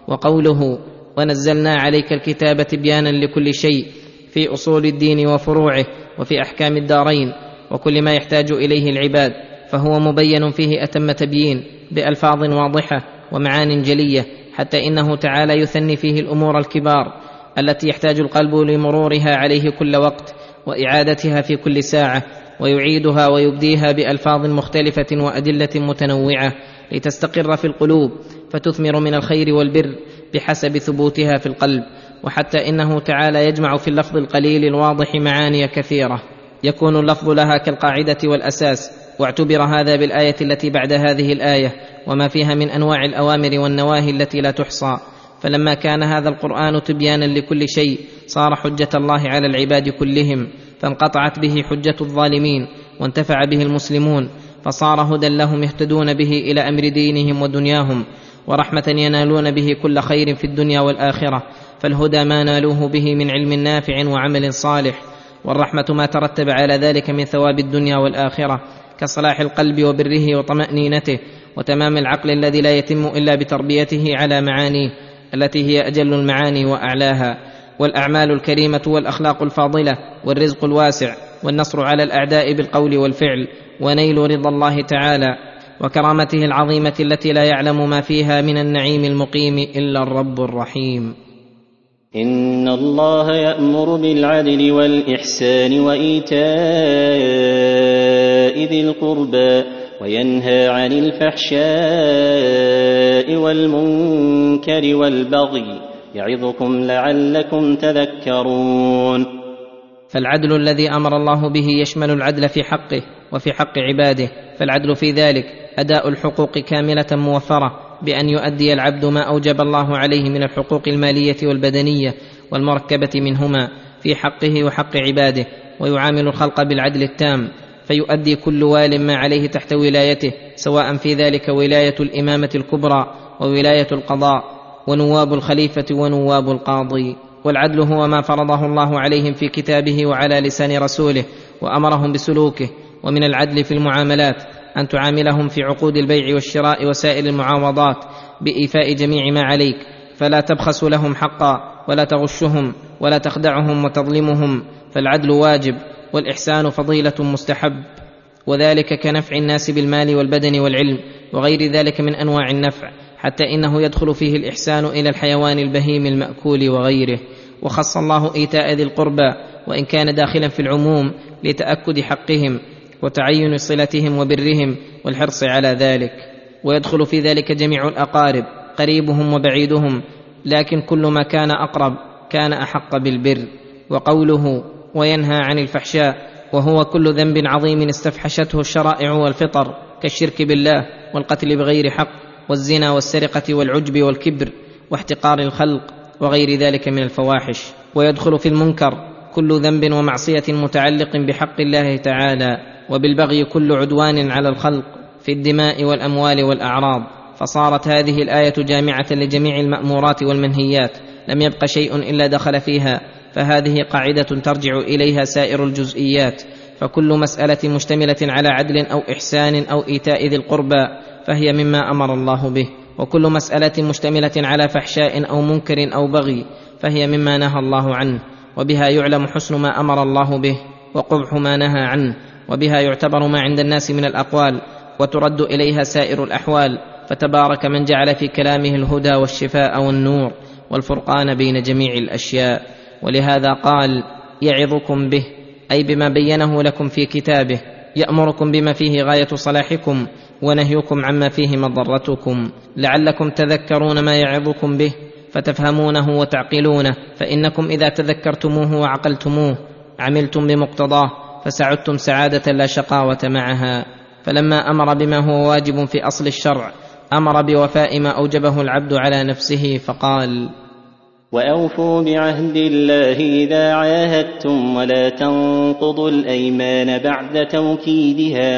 وقوله ونزلنا عليك الكتاب تبيانا لكل شيء، في أصول الدين وفروعه وفي أحكام الدارين وكل ما يحتاج إليه العباد، فهو مبين فيه أتم تبيين بألفاظ واضحة ومعان جلية، حتى إنه تعالى يثني فيه الأمور الكبار التي يحتاج القلب لمرورها عليه كل وقت وإعادتها في كل ساعة، ويعيدها ويبديها بألفاظ مختلفة وأدلة متنوعة لتستقر في القلوب فتثمر من الخير والبر بحسب ثبوتها في القلب. وحتى إنه تعالى يجمع في اللفظ القليل الواضح معاني كثيرة يكون اللفظ لها كالقاعدة والأساس. واعتبر هذا بالآية التي بعد هذه الآية وما فيها من أنواع الأوامر والنواهي التي لا تحصى. فلما كان هذا القرآن تبيانا لكل شيء صار حجة الله على العباد كلهم، فانقطعت به حجة الظالمين وانتفع به المسلمون، فصار هدى لهم يهتدون به إلى أمر دينهم ودنياهم، ورحمة ينالون به كل خير في الدنيا والآخرة. فالهدى ما نالوه به من علم نافع وعمل صالح، والرحمة ما ترتب على ذلك من ثواب الدنيا والآخرة كصلاح القلب وبره وطمأنينته وتمام العقل الذي لا يتم إلا بتربيته على معانيه التي هي أجل المعاني وأعلاها، والأعمال الكريمة والأخلاق الفاضلة والرزق الواسع والنصر على الأعداء بالقول والفعل، ونيل رضا الله تعالى وكرامته العظيمة التي لا يعلم ما فيها من النعيم المقيم إلا الرب الرحيم. إن الله يأمر بالعدل والإحسان وإيتاء ذي القربى وينهى عن الفحشاء والمنكر والبغي يعظكم لعلكم تذكرون. فالعدل الذي أمر الله به يشمل العدل في حقه وفي حق عباده، فالعدل في ذلك أداء الحقوق كاملة موفرة بأن يؤدي العبد ما أوجب الله عليه من الحقوق المالية والبدنية والمركبة منهما في حقه وحق عباده، ويعامل الخلق بالعدل التام، فيؤدي كل وال ما عليه تحت ولايته، سواء في ذلك ولاية الإمامة الكبرى وولاية القضاء ونواب الخليفة ونواب القاضي. والعدل هو ما فرضه الله عليهم في كتابه وعلى لسان رسوله وأمرهم بسلوكه. ومن العدل في المعاملات أن تعاملهم في عقود البيع والشراء وسائر المعاوضات بإيفاء جميع ما عليك، فلا تبخس لهم حقا ولا تغشهم ولا تخدعهم وتظلمهم، فالعدل واجب والإحسان فضيلة مستحب، وذلك كنفع الناس بالمال والبدن والعلم وغير ذلك من أنواع النفع، حتى إنه يدخل فيه الإحسان إلى الحيوان البهيم المأكول وغيره. وخص الله إيتاء ذي القربى وإن كان داخلا في العموم لتأكد حقهم وتعين صلتهم وبرهم والحرص على ذلك، ويدخل في ذلك جميع الأقارب قريبهم وبعيدهم، لكن كل ما كان أقرب كان أحق بالبر. وقوله وينهى عن الفحشاء، وهو كل ذنب عظيم استفحشته الشرائع والفطر، كالشرك بالله والقتل بغير حق والزنا والسرقة والعجب والكبر واحتقار الخلق وغير ذلك من الفواحش. ويدخل في المنكر كل ذنب ومعصية متعلق بحق الله تعالى، وبالبغي كل عدوان على الخلق في الدماء والأموال والأعراض. فصارت هذه الآية جامعة لجميع المأمورات والمنهيات، لم يبق شيء إلا دخل فيها، فهذه قاعدة ترجع إليها سائر الجزئيات. فكل مسألة مشتملة على عدل أو إحسان أو إيتاء ذي القربى فهي مما أمر الله به، وكل مسألة مشتملة على فحشاء أو منكر أو بغي فهي مما نهى الله عنه، وبها يعلم حسن ما أمر الله به وقبح ما نهى عنه، وبها يعتبر ما عند الناس من الأقوال وترد إليها سائر الأحوال. فتبارك من جعل في كلامه الهدى والشفاء والنور والفرقان بين جميع الأشياء. ولهذا قال يعظكم به، أي بما بينه لكم في كتابه، يأمركم بما فيه غاية صلاحكم ونهيكم عما فيه مضرتكم، لعلكم تذكرون ما يعظكم به فتفهمونه وتعقلونه، فإنكم إذا تذكرتموه وعقلتموه عملتم بمقتضاه فسعدتم سعادة لا شقاوة معها. فلما أمر بما هو واجب في أصل الشرع أمر بوفاء ما أوجبه العبد على نفسه، فقال وأوفوا بعهد الله إذا عاهدتم ولا تنقضوا الأيمان بعد توكيدها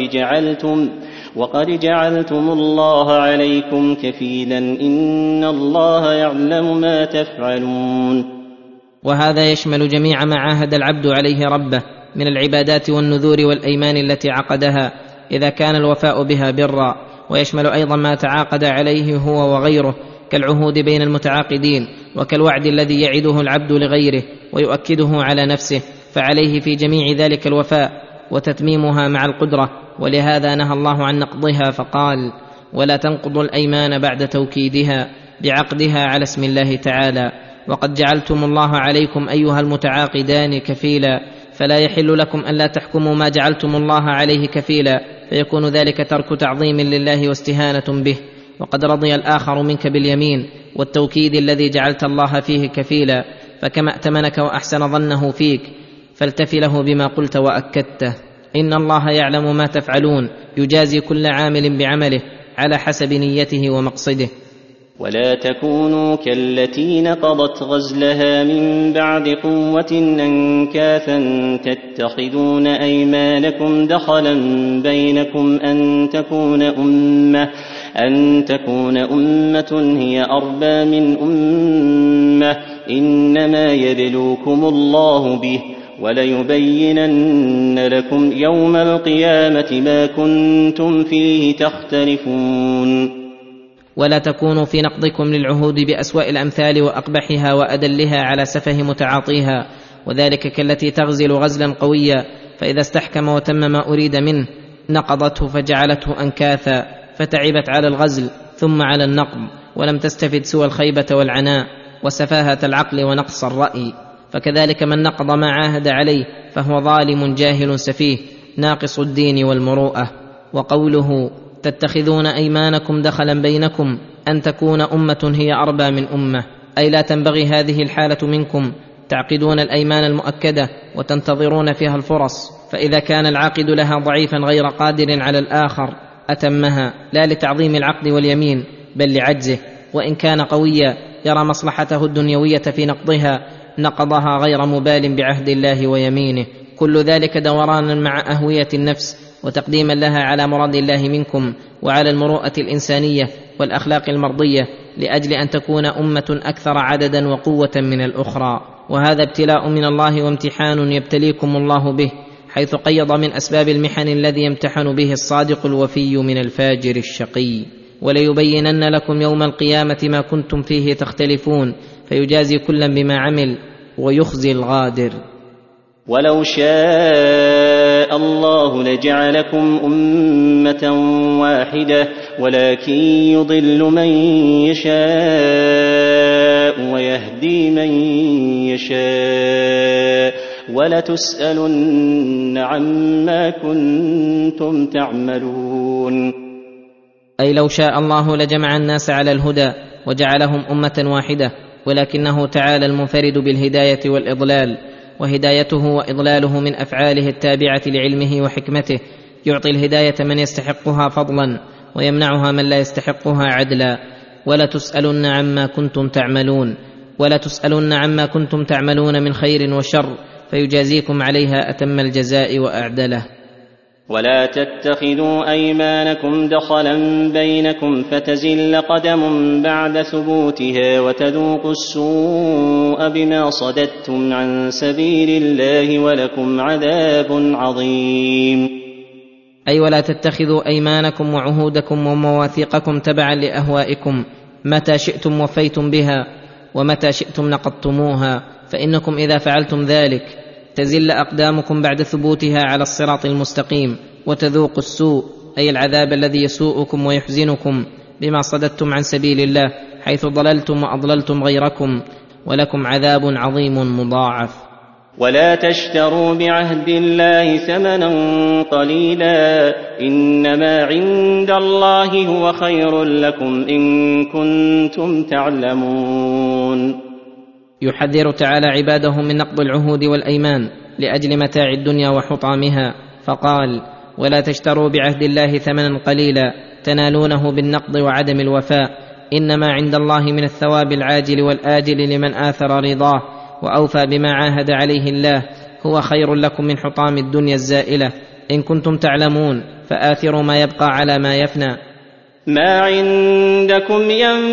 وقد جعلتم الله عليكم كفيلا إن الله يعلم ما تفعلون. وهذا يشمل جميع ما عاهد العبد عليه ربه من العبادات والنذور والأيمان التي عقدها إذا كان الوفاء بها برا، ويشمل أيضا ما تعاقد عليه هو وغيره كالعهود بين المتعاقدين، وكالوعد الذي يعده العبد لغيره ويؤكده على نفسه، فعليه في جميع ذلك الوفاء وتتميمها مع القدرة. ولهذا نهى الله عن نقضها فقال ولا تنقضوا الأيمان بعد توكيدها بعقدها على اسم الله تعالى، وقد جعلتم الله عليكم أيها المتعاقدان كفيلا، فلا يحل لكم أن لا تحكموا ما جعلتم الله عليه كفيلا، فيكون ذلك ترك تعظيم لله واستهانة به. وقد رضي الآخر منك باليمين والتوكيد الذي جعلت الله فيه كفيلا، فكما ائتمنك وأحسن ظنه فيك فالتف له بما قلت وأكدته. إن الله يعلم ما تفعلون، يجازي كل عامل بعمله على حسب نيته ومقصده. ولا تكونوا كالتي نقضت غزلها من بعد قوة أنكاثا تتخذون أيمانكم دخلا بينكم أن تكون أمة هي أربى من أمة، إنما يبلوكم الله به وليبينن لكم يوم القيامة ما كنتم فيه تختلفون. ولا تكونوا في نقضكم للعهود بأسوأ الأمثال وأقبحها وأدلها على سفه متعاطيها، وذلك كالتي تغزل غزلا قويا فإذا استحكم وتم ما أريد منه نقضته فجعلته أنكاثا، فتعبت على الغزل ثم على النقض، ولم تستفد سوى الخيبة والعناء وسفاهة العقل ونقص الرأي. فكذلك من نقض ما عاهد عليه فهو ظالم جاهل سفيه ناقص الدين والمروءة. وقوله تتخذون أيمانكم دخلا بينكم أن تكون أمة هي أربى من أمة، أي لا تنبغي هذه الحالة منكم، تعقدون الأيمان المؤكدة وتنتظرون فيها الفرص، فإذا كان العاقد لها ضعيفا غير قادر على الآخر أتمها، لا لتعظيم العقد واليمين بل لعجزه، وإن كان قويا يرى مصلحته الدنيوية في نقضها نقضها غير مبال بعهد الله ويمينه. كل ذلك دورانا مع أهوية النفس وتقديما لها على مراد الله منكم وعلى المروءة الإنسانية والأخلاق المرضية، لأجل أن تكون أمة أكثر عددا وقوة من الأخرى. وهذا ابتلاء من الله وامتحان يبتليكم الله به، حيث قيض من أسباب المحن الذي يمتحن به الصادق الوفي من الفاجر الشقي. وليبينن لكم يوم القيامة ما كنتم فيه تختلفون، فيجازي كلا بما عمل ويخزي الغادر. ولو شاء الله لجعلكم أمة واحدة، ولكن يضل من يشاء ويهدي من يشاء، ولتسألن عما كنتم تعملون. أي لو شاء الله لجمع الناس على الهدى وجعلهم أمة واحدة، ولكنه تعالى المنفرد بالهداية والإضلال، وهدايته وإضلاله من أفعاله التابعة لعلمه وحكمته، يعطي الهداية من يستحقها فضلا ويمنعها من لا يستحقها عدلا. ولتسألن عما كنتم تعملون، ولتسألن عما كنتم تعملون من خير وشر، فيجازيكم عليها أتم الجزاء وأعدله. ولا تتخذوا أيمانكم دخلا بينكم فتزل قدم بعد ثبوتها وتذوقوا السوء بما صددتم عن سبيل الله ولكم عذاب عظيم. أي ولا تتخذوا أيمانكم وعهودكم ومواثيقكم تبعا لأهوائكم، متى شئتم وفيتم بها ومتى شئتم نقضتموها، فإنكم إذا فعلتم ذلك تزل أقدامكم بعد ثبوتها على الصراط المستقيم، وتذوقوا السوء أي العذاب الذي يسوءكم ويحزنكم بما صددتم عن سبيل الله، حيث ضللتم وأضللتم غيركم، ولكم عذاب عظيم مضاعف. ولا تشتروا بعهد الله ثمنا قليلا، إنما عند الله هو خير لكم إن كنتم تعلمون. يحذر تعالى عباده من نقض العهود والأيمان لأجل متاع الدنيا وحطامها، فقال: ولا تشتروا بعهد الله ثمنا قليلا تنالونه بالنقض وعدم الوفاء، إنما عند الله من الثواب العاجل والآجل لمن آثر رضاه وأوفى بما عاهد عليه الله هو خير لكم من حطام الدنيا الزائلة إن كنتم تعلمون، فآثروا ما يبقى على ما يفنى. ما عندكم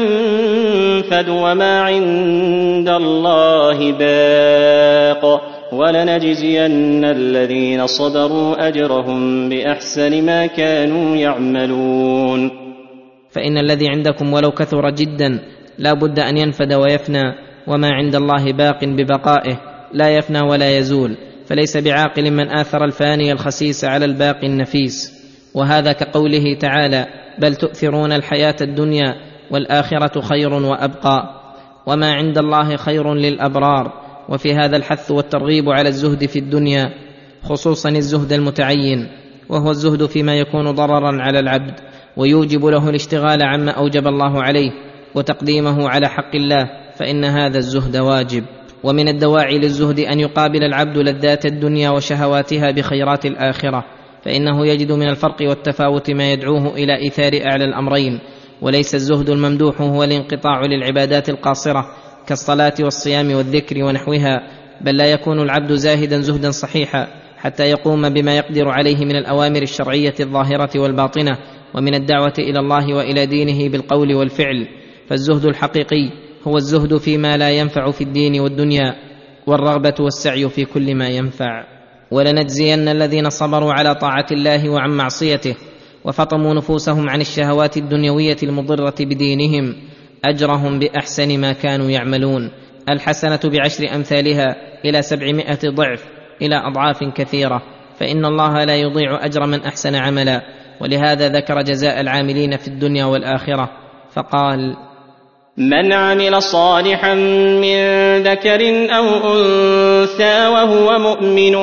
ينفد وما عند الله باق، ولنجزين الذين صبروا أجرهم بأحسن ما كانوا يعملون. فإن الذي عندكم ولو كثر جدا لا بد أن ينفد ويفنى، وما عند الله باق ببقائه لا يفنى ولا يزول، فليس بعاقل من آثر الفاني الخسيس على الباقي النفيس. وهذا كقوله تعالى: بل تؤثرون الحياة الدنيا والآخرة خير وأبقى، وما عند الله خير للأبرار. وفي هذا الحث والترغيب على الزهد في الدنيا، خصوصا الزهد المتعين، وهو الزهد فيما يكون ضررا على العبد ويوجب له الاشتغال عما أوجب الله عليه وتقديمه على حق الله، فإن هذا الزهد واجب. ومن الدواعي للزهد أن يقابل العبد لذات الدنيا وشهواتها بخيرات الآخرة، فإنه يجد من الفرق والتفاوت ما يدعوه إلى إيثار أعلى الأمرين. وليس الزهد الممدوح هو الانقطاع للعبادات القاصرة كالصلاة والصيام والذكر ونحوها، بل لا يكون العبد زاهدا زهدا صحيحا حتى يقوم بما يقدر عليه من الأوامر الشرعية الظاهرة والباطنة، ومن الدعوة إلى الله وإلى دينه بالقول والفعل. فالزهد الحقيقي هو الزهد فيما لا ينفع في الدين والدنيا، والرغبة والسعي في كل ما ينفع. ولنجزين الذين صبروا على طاعة الله وعن معصيته وفطموا نفوسهم عن الشهوات الدنيوية المضرة بدينهم أجرهم بأحسن ما كانوا يعملون. الحسنة ب10 أمثالها إلى 700 ضعف إلى أضعاف كثيرة، فإن الله لا يضيع أجر من أحسن عملا. ولهذا ذكر جزاء العاملين في الدنيا والآخرة فقال: من عمل صالحا من ذكر أو أنثى وهو مؤمن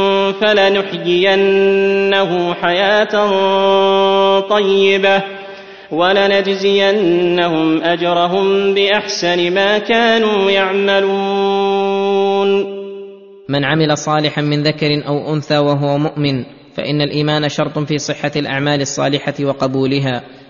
فلنحيينه حياة طيبة ولنجزينهم أجرهم بأحسن ما كانوا يعملون. من عمل صالحا من ذكر أو أنثى وهو مؤمن، فإن الإيمان شرط في صحة الأعمال الصالحة وقبولها،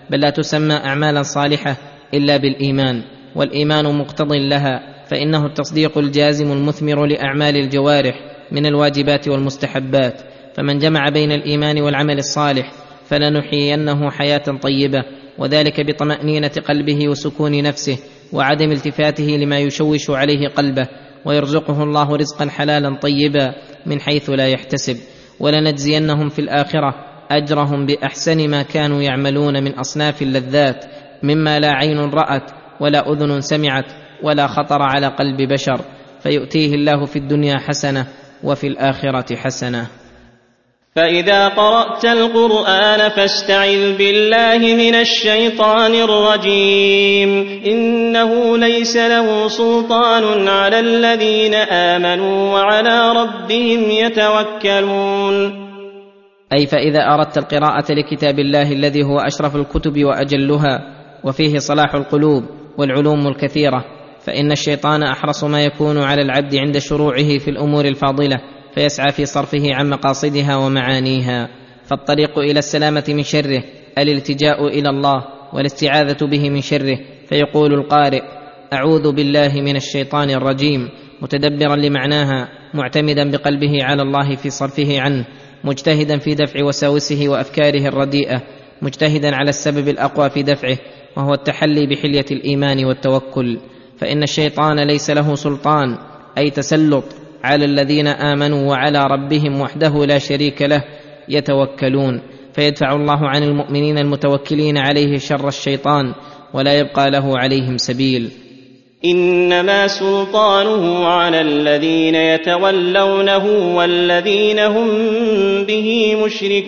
بل لا تسمى أعمالا صالحة إلا بالإيمان، والإيمان مقتض لها، فإنه التصديق الجازم المثمر لأعمال الجوارح من الواجبات والمستحبات. فمن جمع بين الإيمان والعمل الصالح فلنحيينه حياة طيبة، وذلك بطمأنينة قلبه وسكون نفسه وعدم التفاته لما يشوش عليه قلبه، ويرزقه الله رزقا حلالا طيبا من حيث لا يحتسب. ولنجزينهم في الآخرة أجرهم بأحسن ما كانوا يعملون من أصناف اللذات، مما لا عين رأت ولا أذن سمعت ولا خطر على قلب بشر، فيؤتيه الله في الدنيا حسنة وفي الآخرة حسنة. فإذا قرأت القرآن فاستعذ بالله من الشيطان الرجيم، إنه ليس له سلطان على الذين آمنوا وعلى ربهم يتوكلون. أي فإذا أردت القراءة لكتاب الله الذي هو أشرف الكتب وأجلها وفيه صلاح القلوب والعلوم الكثيرة، فإن الشيطان أحرص ما يكون على العبد عند شروعه في الأمور الفاضلة، فيسعى في صرفه عن مقاصدها ومعانيها. فالطريق إلى السلامة من شره الالتجاء إلى الله والاستعاذة به من شره، فيقول القارئ: أعوذ بالله من الشيطان الرجيم، متدبرا لمعناها، معتمدا بقلبه على الله في صرفه عنه، مجتهدا في دفع وساوسه وأفكاره الرديئة، مجتهدا على السبب الأقوى في دفعه، وهو التحلي بحلية الإيمان والتوكل. فإن الشيطان ليس له سلطان، أي تسلط، على الذين آمنوا وعلى ربهم وحده لا شريك له يتوكلون، فيدفع الله عن المؤمنين المتوكلين عليه شر الشيطان، ولا يبقى له عليهم سبيل. إنما سلطانه على الذين يتولونه والذين هم به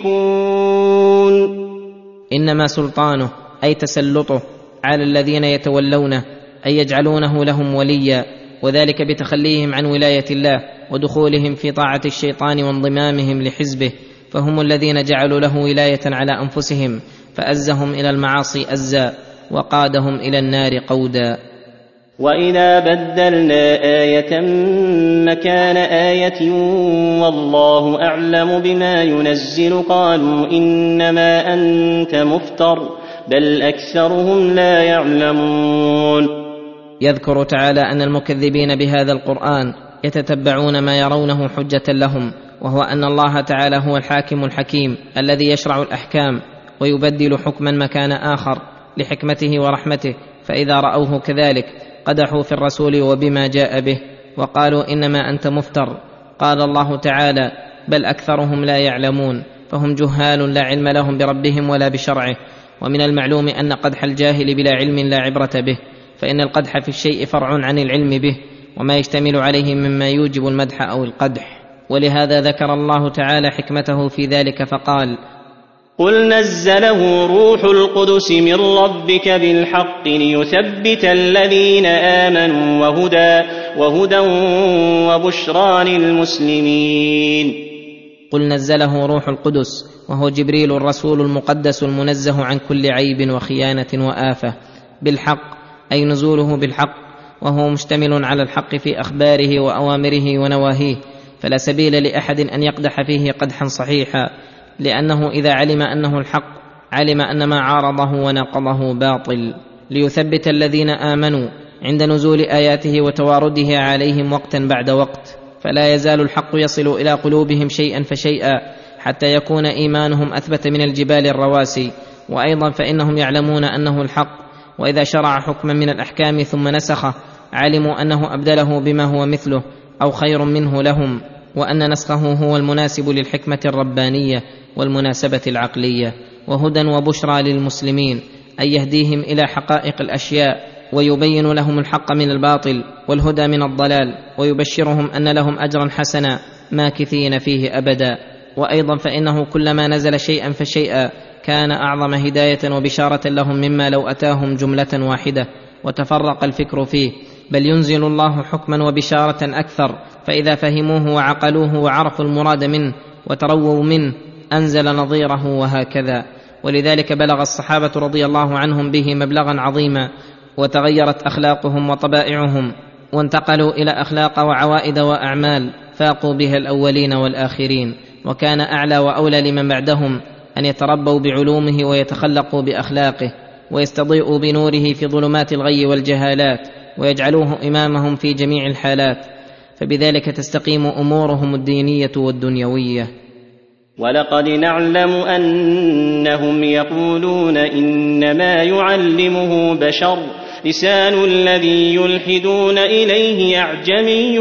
مشركون. إنما سلطانه أي تسلطه على الذين يتولونه، أي يجعلونه لهم وليا، وذلك بتخليهم عن ولاية الله ودخولهم في طاعة الشيطان وانضمامهم لحزبه، فهم الذين جعلوا له ولاية على أنفسهم، فأزهم إلى المعاصي أزا وقادهم إلى النار قودا. وإذا بدلنا آية مكان آية والله أعلم بما ينزل قالوا إنما أنت مفتر بل أكثرهم لا يعلمون. يذكر تعالى أن المكذبين بهذا القرآن يتتبعون ما يرونه حجة لهم، وهو أن الله تعالى هو الحاكم الحكيم الذي يشرع الأحكام ويبدل حكما مكان آخر لحكمته ورحمته، فإذا رأوه كذلك قدحوا في الرسول وبما جاء به وقالوا إنما أنت مفتر. قال الله تعالى: بل أكثرهم لا يعلمون، فهم جهال لا علم لهم بربهم ولا بشرعه. ومن المعلوم أن قدح الجاهل بلا علم لا عبرة به، فإن القدح في الشيء فرع عن العلم به وما يشتمل عليه مما يوجب المدح أو القدح. ولهذا ذكر الله تعالى حكمته في ذلك فقال: قل نزله روح القدس من ربك بالحق ليثبت الذين آمنوا وهدى وبشرى للمسلمين. قل نزله روح القدس، وهو جبريل الرسول المقدس المنزه عن كل عيب وخيانة وآفة، بالحق أي نزوله بالحق، وهو مشتمل على الحق في أخباره وأوامره ونواهيه، فلا سبيل لأحد أن يقدح فيه قدحا صحيحا، لأنه إذا علم أنه الحق علم أن ما عارضه وناقضه باطل. ليثبت الذين آمنوا عند نزول آياته وتواردها عليهم وقتا بعد وقت، فلا يزال الحق يصل إلى قلوبهم شيئا فشيئا حتى يكون إيمانهم أثبت من الجبال الرواسي. وأيضا فإنهم يعلمون أنه الحق، وإذا شرع حكما من الأحكام ثم نسخه علموا أنه أبدله بما هو مثله أو خير منه لهم، وأن نسخه هو المناسب للحكمة الربانية والمناسبة العقلية. وهدى وبشرى للمسلمين، أي يهديهم إلى حقائق الأشياء ويبين لهم الحق من الباطل والهدى من الضلال، ويبشرهم أن لهم أجرا حسنا ماكثين فيه أبدا. وأيضا فإنه كلما نزل شيئا فشيئا كان أعظم هداية وبشارة لهم مما لو أتاهم جملة واحدة وتفرق الفكر فيه، بل ينزل الله حكما وبشارة أكثر، فإذا فهموه وعقلوه وعرفوا المراد منه وترووا منه أنزل نظيره، وهكذا. ولذلك بلغ الصحابة رضي الله عنهم به مبلغا عظيما، وتغيرت أخلاقهم وطبائعهم، وانتقلوا إلى أخلاق وعوائد وأعمال فاقوا بها الأولين والآخرين، وكان أعلى وأولى لمن بعدهم أن يتربوا بعلومه ويتخلقوا بأخلاقه ويستضيئوا بنوره في ظلمات الغي والجهالات ويجعلوه إمامهم في جميع الحالات، فبذلك تستقيم أمورهم الدينية والدنيوية. ولقد نعلم أنهم يقولون إنما يعلمه بشر لسان الذي يلحدون إليه أعجمي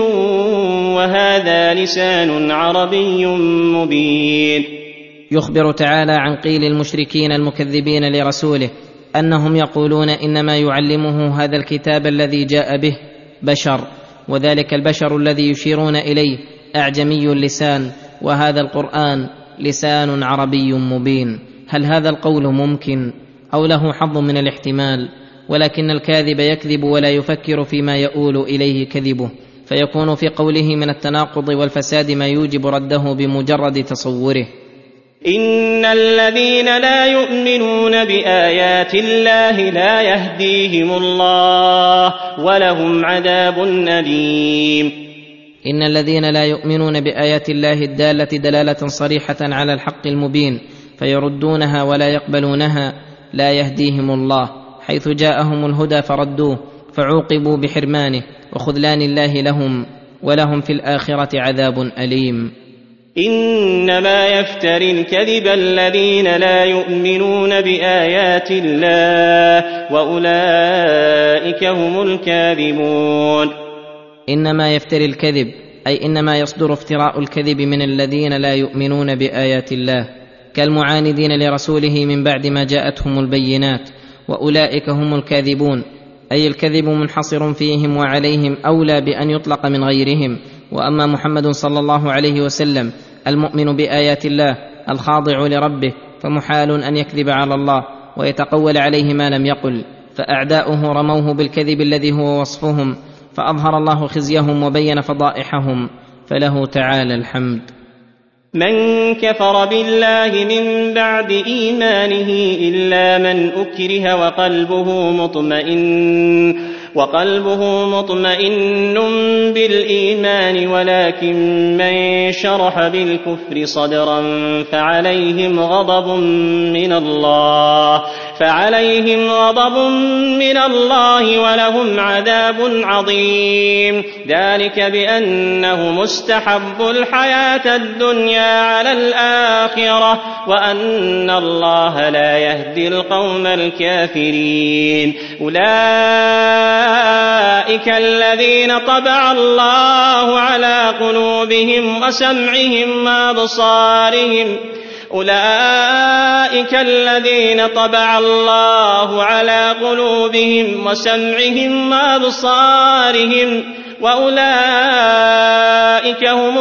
وهذا لسان عربي مبين. يخبر تعالى عن قيل المشركين المكذبين لرسوله أنهم يقولون إنما يعلمه هذا الكتاب الذي جاء به بشر، وذلك البشر الذي يشيرون إليه أعجمي اللسان، وهذا القرآن لسان عربي مبين. هل هذا القول ممكن أو له حظ من الاحتمال؟ ولكن الكاذب يكذب ولا يفكر فيما يؤول إليه كذبه، فيكون في قوله من التناقض والفساد ما يوجب رده بمجرد تصوره. إن الذين لا يؤمنون بآيات الله لا يهديهم الله ولهم عذاب أليم. إن الذين لا يؤمنون بآيات الله الدالة دلالة صريحة على الحق المبين فيردونها ولا يقبلونها لا يهديهم الله، حيث جاءهم الهدى فردوه فعوقبوا بحرمانه وخذلان الله لهم، ولهم في الآخرة عذاب أليم. إنما يفتري الكذب الذين لا يؤمنون بآيات الله وأولئك هم الكاذبون. إنما يفتري الكذب أي إنما يصدر افتراء الكذب من الذين لا يؤمنون بآيات الله كالمعاندين لرسوله من بعد ما جاءتهم البينات، وأولئك هم الكاذبون، أي الكذب منحصر فيهم وعليهم أولى بأن يطلق من غيرهم. وأما محمد صلى الله عليه وسلم المؤمن بآيات الله الخاضع لربه فمحال أن يكذب على الله ويتقول عليه ما لم يقل، فأعداؤه رموه بالكذب الذي هو وصفهم، فأظهر الله خزيهم وبين فضائحهم، فله تعالى الحمد. من كفر بالله من بعد إيمانه إلا من أكره وقلبه مطمئن بالإيمان، ولكن من شرح بالكفر صدرا فعليهم غضب من الله ولهم عذاب عظيم. ذلك بأنه مستحب الحياة الدنيا على الآخرة وأن الله لا يهدي القوم الكافرين. أولئك الذين طبع الله على قلوبهم وسمعهم وأبصارهم وأولئك هم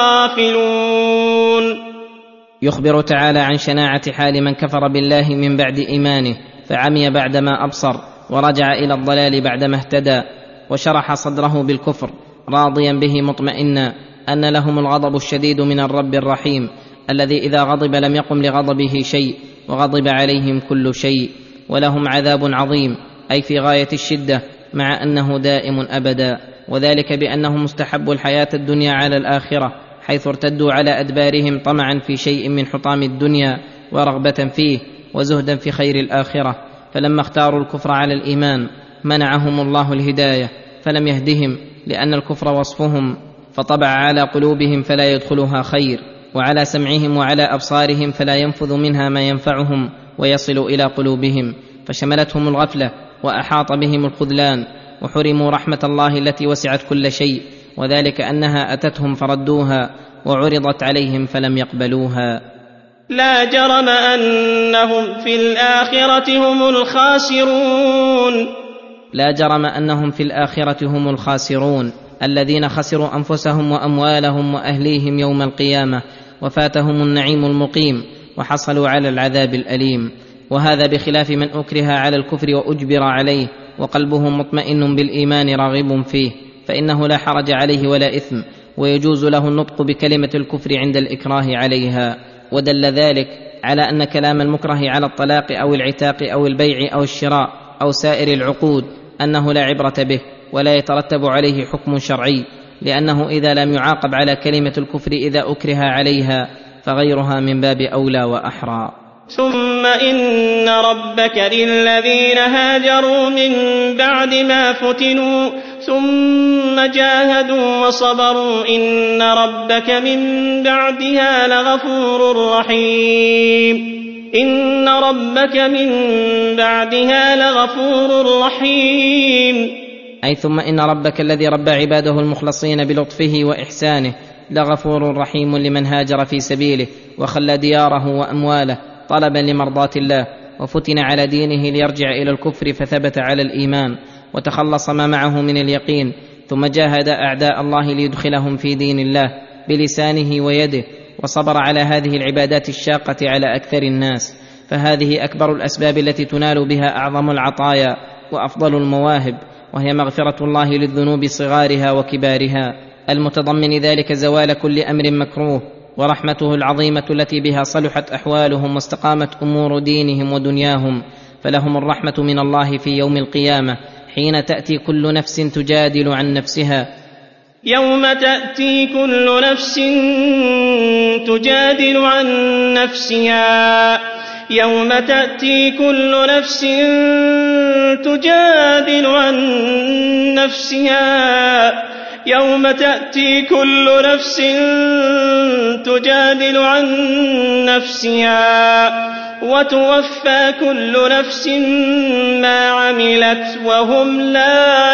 الغافلون. يخبر تعالى عن شناعة حال من كفر بالله من بعد إيمانه فعمي بعدما أبصر ورجع إلى الضلال بعدما اهتدى، وشرح صدره بالكفر راضيا به مطمئنا أن لهم الغضب الشديد من الرب الرحيم الذي إذا غضب لم يقم لغضبه شيء وغضب عليهم كل شيء، ولهم عذاب عظيم أي في غاية الشدة مع أنه دائم أبدا، وذلك بأنهم مستحبوا الحياة الدنيا على الآخرة، حيث ارتدوا على أدبارهم طمعا في شيء من حطام الدنيا ورغبة فيه وزهدا في خير الآخرة، فلما اختاروا الكفر على الإيمان منعهم الله الهداية فلم يهدهم، لأن الكفر وصفهم، فطبع على قلوبهم فلا يدخلها خير، وعلى سمعهم وعلى أبصارهم فلا ينفذ منها ما ينفعهم ويصل إلى قلوبهم، فشملتهم الغفلة وأحاط بهم الخذلان، وحرموا رحمة الله التي وسعت كل شيء، وذلك أنها أتتهم فردوها وعرضت عليهم فلم يقبلوها. لا جرم أنهم في الآخرة هم الخاسرون. لا جرم أنهم في الآخرة هم الخاسرون، الذين خسروا أنفسهم وأموالهم وأهليهم يوم القيامة، وفاتهم النعيم المقيم وحصلوا على العذاب الأليم. وهذا بخلاف من أكره على الكفر وأجبر عليه وقلبه مطمئن بالإيمان راغب فيه، فإنه لا حرج عليه ولا إثم، ويجوز له النطق بكلمة الكفر عند الإكراه عليها. ودل ذلك على أن كلام المكره على الطلاق أو العتاق أو البيع أو الشراء أو سائر العقود أنه لا عبرة به ولا يترتب عليه حكم شرعي، لأنه إذا لم يعاقب على كلمة الكفر إذا أكره عليها فغيرها من باب أولى وأحرى. ثم إن ربك للذين هاجروا من بعد ما فتنوا ثم جاهدوا وصبروا إن ربك من بعدها لغفور رحيم إن ربك من بعدها لغفور رحيم. أي ثم إن ربك الذي ربى عباده المخلصين بلطفه وإحسانه لغفور رحيم لمن هاجر في سبيله وخلى دياره وأمواله طلبا لمرضاة الله وفتن على دينه ليرجع إلى الكفر فثبت على الإيمان وتخلص ما معه من اليقين، ثم جاهد أعداء الله ليدخلهم في دين الله بلسانه ويده، وصبر على هذه العبادات الشاقة على أكثر الناس، فهذه أكبر الأسباب التي تنال بها أعظم العطايا وأفضل المواهب، وهي مغفرة الله للذنوب صغارها وكبارها، المتضمن ذلك زوال كل أمر مكروه، ورحمته العظيمة التي بها صلحت أحوالهم واستقامت أمور دينهم ودنياهم. فلهم الرحمة من الله في يوم القيامة حين تأتي كل نفس تجادل عن نفسها، يوم تأتي كل نفس تجادل عن نفسها يوم تأتي كل نفس تجادل عن نفسها يوم تأتي كل نفس تجادل عن نفسها وتوفى كل نفس ما عملت وهم لا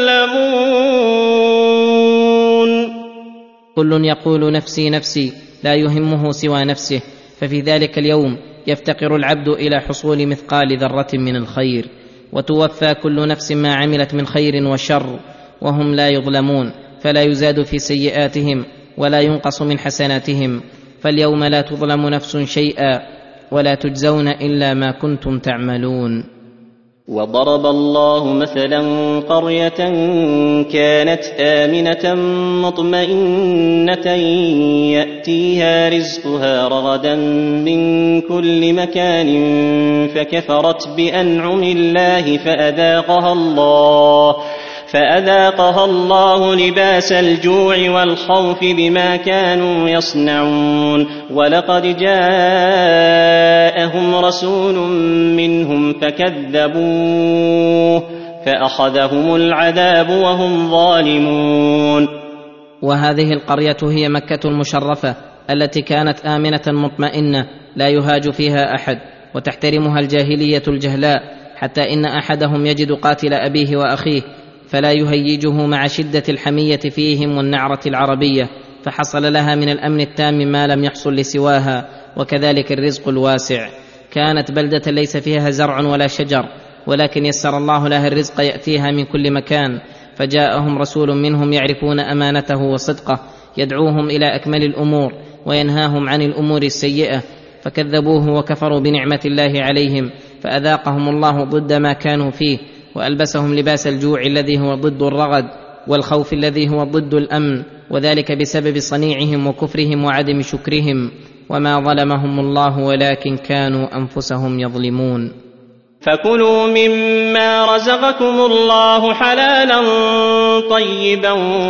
يظلمون. كل يقول نفسي نفسي لا يهمه سوى نفسه، ففي ذلك اليوم يفتقر العبد إلى حصول مثقال ذرة من الخير، وتوفى كل نفس ما عملت من خير وشر وهم لا يظلمون، فلا يزاد في سيئاتهم ولا ينقص من حسناتهم، فاليوم لا تظلم نفس شيئا ولا تجزون إلا ما كنتم تعملون. وضرب الله مثلا قرية كانت آمنة مطمئنة يأتيها رزقها رغدا من كل مكان فكفرت بأنعم الله فأذاقها الله لباس الجوع والخوف بما كانوا يصنعون. ولقد جاءهم رسول منهم فكذبوه فأخذهم العذاب وهم ظالمون. وهذه القرية هي مكة المشرفة التي كانت آمنة مطمئنة لا يهاج فيها أحد، وتحترمها الجاهلية الجهلاء، حتى إن أحدهم يجد قاتل أبيه وأخيه فلا يهيجه مع شدة الحمية فيهم والنعرة العربية، فحصل لها من الأمن التام ما لم يحصل لسواها، وكذلك الرزق الواسع. كانت بلدة ليس فيها زرع ولا شجر، ولكن يسر الله لها الرزق يأتيها من كل مكان، فجاءهم رسول منهم يعرفون أمانته وصدقه يدعوهم إلى أكمل الأمور وينهاهم عن الأمور السيئة، فكذبوه وكفروا بنعمة الله عليهم، فأذاقهم الله ضد ما كانوا فيه، وألبسهم لباس الجوع الذي هو ضد الرغد، والخوف الذي هو ضد الأمن، وذلك بسبب صنيعهم وكفرهم وعدم شكرهم. وما ظلمهم الله ولكن كانوا أنفسهم يظلمون. فكلوا مما رزقكم الله حلالا طيبا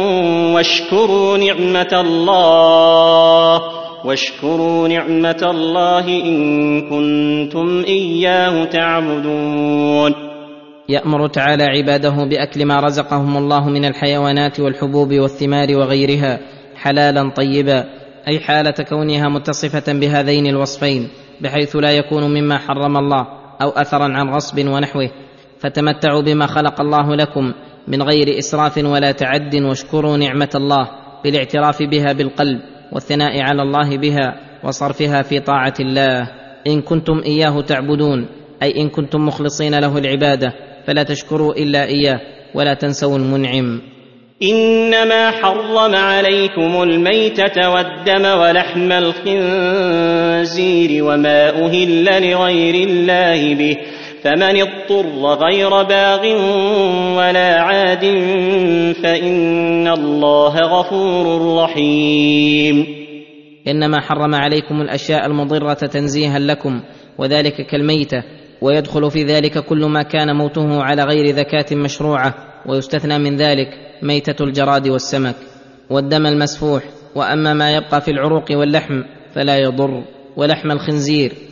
واشكروا نعمة الله إن كنتم إياه تعبدون. يأمر تعالى عباده بأكل ما رزقهم الله من الحيوانات والحبوب والثمار وغيرها حلالا طيبا، أي حالة كونها متصفة بهذين الوصفين، بحيث لا يكون مما حرم الله أو أثرا عن غصب ونحوه. فتمتعوا بما خلق الله لكم من غير إسراف ولا تعد، واشكروا نعمة الله بالاعتراف بها بالقلب والثناء على الله بها وصرفها في طاعة الله. إن كنتم إياه تعبدون، أي إن كنتم مخلصين له العبادة، فلا تشكروا إلا إياه ولا تنسوا المنعم. إنما حرم عليكم الميتة والدم ولحم الخنزير وما أهل لغير الله به، فمن اضطر غير باغ ولا عاد فإن الله غفور رحيم. إنما حرم عليكم الأشياء المضرة تنزيها لكم، وذلك كالميتة، ويدخل في ذلك كل ما كان موته على غير ذكاة مشروعة، ويستثنى من ذلك ميتة الجراد والسمك والدم المسفوح. وأما ما يبقى في العروق واللحم فلا يضر، ولحم الخنزير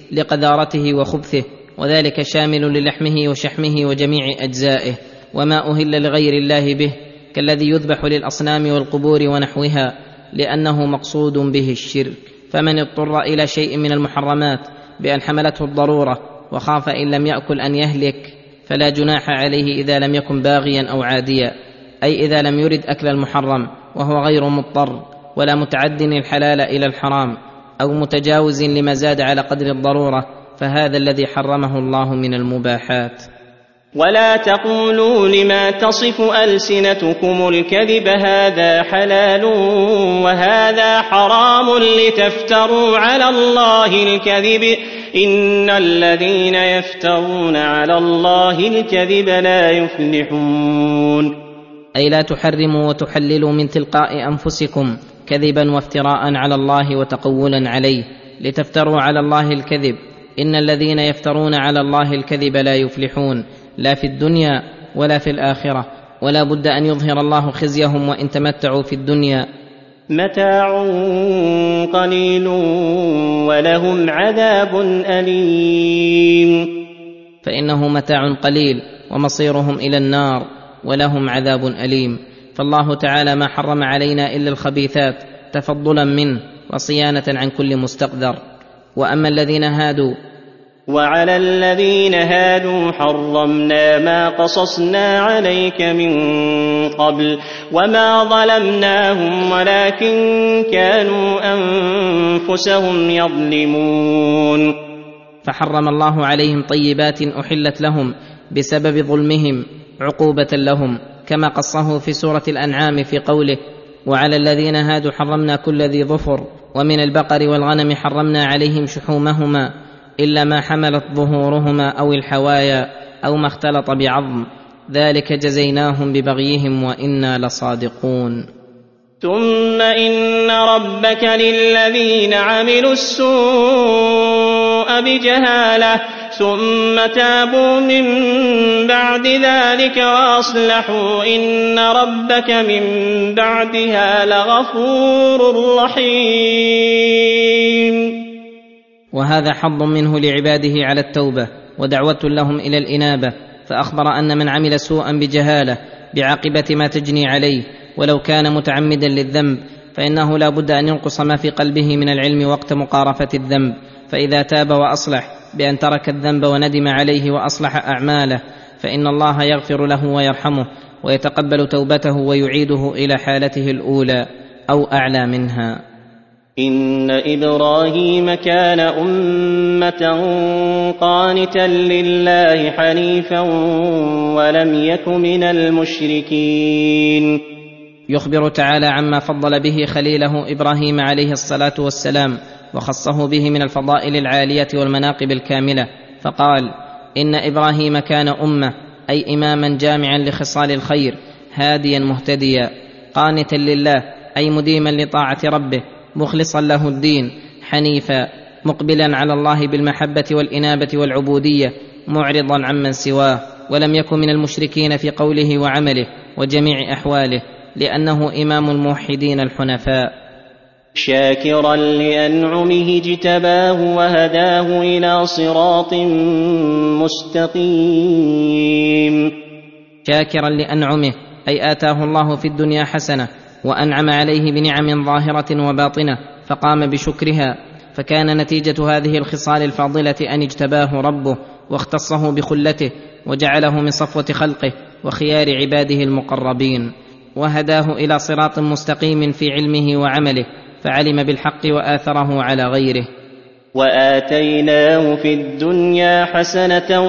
لقذارته وخبثه، وذلك شامل للحمه وشحمه وجميع أجزائه، وما أهل لغير الله به كالذي يذبح للأصنام والقبور ونحوها، لأنه مقصود به الشرك. فمن اضطر إلى شيء من المحرمات بأن حملته الضرورة وخاف إن لم يأكل أن يهلك فلا جناح عليه إذا لم يكن باغيا أو عاديا، أي إذا لم يرد أكل المحرم وهو غير مضطر ولا متعد الحلال إلى الحرام أو متجاوز لما زاد على قدر الضرورة، فهذا الذي حرمه الله من المباحات. ولا تقولوا لما تصف ألسنتكم الكذب هذا حلال وهذا حرام لتفتروا على الله الكذب إن الذين يفترون على الله الكذب لا يفلحون. أي لا تحرموا وتحللوا من تلقاء أنفسكم كذبا وافتراء على الله وتقولا عليه لتفتروا على الله الكذب، إن الذين يفترون على الله الكذب لا يفلحون لا في الدنيا ولا في الآخرة، ولا بد أن يظهر الله خزيهم وإن تمتعوا في الدنيا. متاع قليل ولهم عذاب أليم. فإنه متاع قليل ومصيرهم إلى النار ولهم عذاب أليم. فالله تعالى ما حرم علينا إلا الخبيثات تفضلا منه وصيانة عن كل مستقذر. وأما الذين هادوا وعلى الذين هادوا حرمنا ما قصصنا عليك من قبل وما ظلمناهم ولكن كانوا أنفسهم يظلمون. فحرم الله عليهم طيبات أحلت لهم بسبب ظلمهم عقوبة لهم، كما قصه في سورة الأنعام في قوله: وعلى الذين هادوا حرمنا كل ذي ظفر ومن البقر والغنم حرمنا عليهم شحومهما إلا ما حملت ظهورهما أو الحوايا أو ما اختلط بعظم ذلك جزيناهم ببغيهم وإنا لصادقون. ثم إن ربك للذين عملوا السوء بجهالة ثم تابوا من بعد ذلك وأصلحوا إن ربك من بعدها لغفور رحيم. وهذا حظ منه لعباده على التوبة ودعوة لهم إلى الإنابة، فأخبر أن من عمل سوءا بجهالة بعاقبة ما تجني عليه ولو كان متعمدا للذنب فإنه لا بد أن ينقص ما في قلبه من العلم وقت مقارفة الذنب، فإذا تاب وأصلح بأن ترك الذنب وندم عليه وأصلح أعماله فإن الله يغفر له ويرحمه ويتقبل توبته ويعيده إلى حالته الأولى أو أعلى منها. إن إبراهيم كان أمة قانتا لله حنيفا ولم يك من المشركين. يخبر تعالى عما فضل به خليله إبراهيم عليه الصلاة والسلام وخصه به من الفضائل العالية والمناقب الكاملة، فقال: إن إبراهيم كان أمة، أي إماما جامعا لخصال الخير، هاديا مهتديا، قانتا لله أي مديما لطاعة ربه، مخلصا له الدين، حنيفا مقبلا على الله بالمحبة والإنابة والعبودية، معرضا عمن سواه، ولم يكن من المشركين في قوله وعمله وجميع أحواله، لأنه إمام الموحدين الحنفاء. شاكرا لأنعمه اجتباه وهداه إلى صراط مستقيم. شاكرا لأنعمه أي آتاه الله في الدنيا حسنة وأنعم عليه بنعم ظاهرة وباطنة فقام بشكرها، فكان نتيجة هذه الخصال الفاضلة أن اجتباه ربه واختصه بخلته وجعله من صفوة خلقه وخيار عباده المقربين، وهداه إلى صراط مستقيم في علمه وعمله، فعلم بالحق وآثره على غيره. وآتيناه في الدنيا حسنة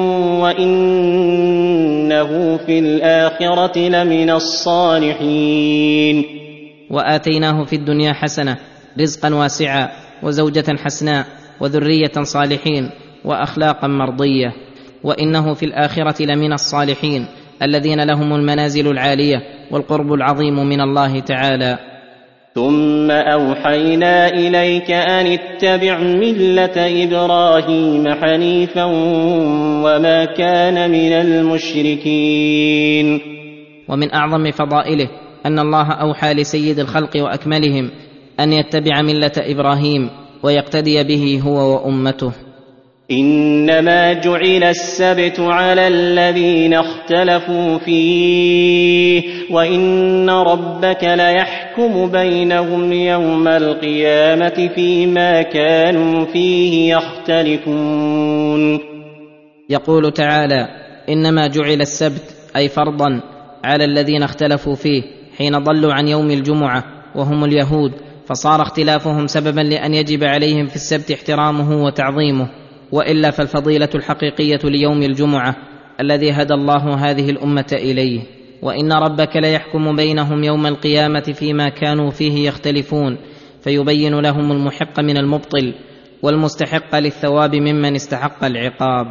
وإنه في الآخرة لمن الصالحين. وآتيناه في الدنيا حسنة، رزقا واسعا وزوجة حسناء وذرية صالحين وأخلاقا مرضية، وإنه في الآخرة لمن الصالحين الذين لهم المنازل العالية والقرب العظيم من الله تعالى. ثم أوحينا إليك أن اتبع ملة إبراهيم حنيفا وما كان من المشركين. ومن أعظم فضائله أن الله أوحى لسيد الخلق وأكملهم أن يتبع ملة إبراهيم ويقتدي به هو وأمته. إنما جعل السبت على الذين اختلفوا فيه وإن ربك ليحكم بينهم يوم القيامة فيما كانوا فيه يختلفون. يقول تعالى: إنما جعل السبت أي فرضا على الذين اختلفوا فيه حين ضلوا عن يوم الجمعة وهم اليهود، فصار اختلافهم سببا لأن يجب عليهم في السبت احترامه وتعظيمه، وإلا فالفضيلة الحقيقية ليوم الجمعة الذي هدى الله هذه الأمة إليه. وإن ربك ليحكم بينهم يوم القيامة فيما كانوا فيه يختلفون، فيبين لهم المحق من المبطل والمستحق للثواب ممن استحق العقاب.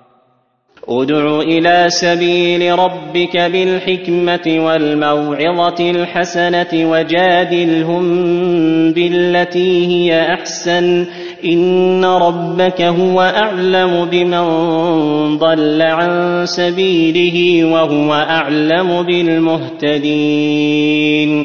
ادع إلى سبيل ربك بالحكمة والموعظة الحسنة وجادلهم بالتي هي أحسن إن ربك هو أعلم بمن ضل عن سبيله وهو أعلم بالمهتدين.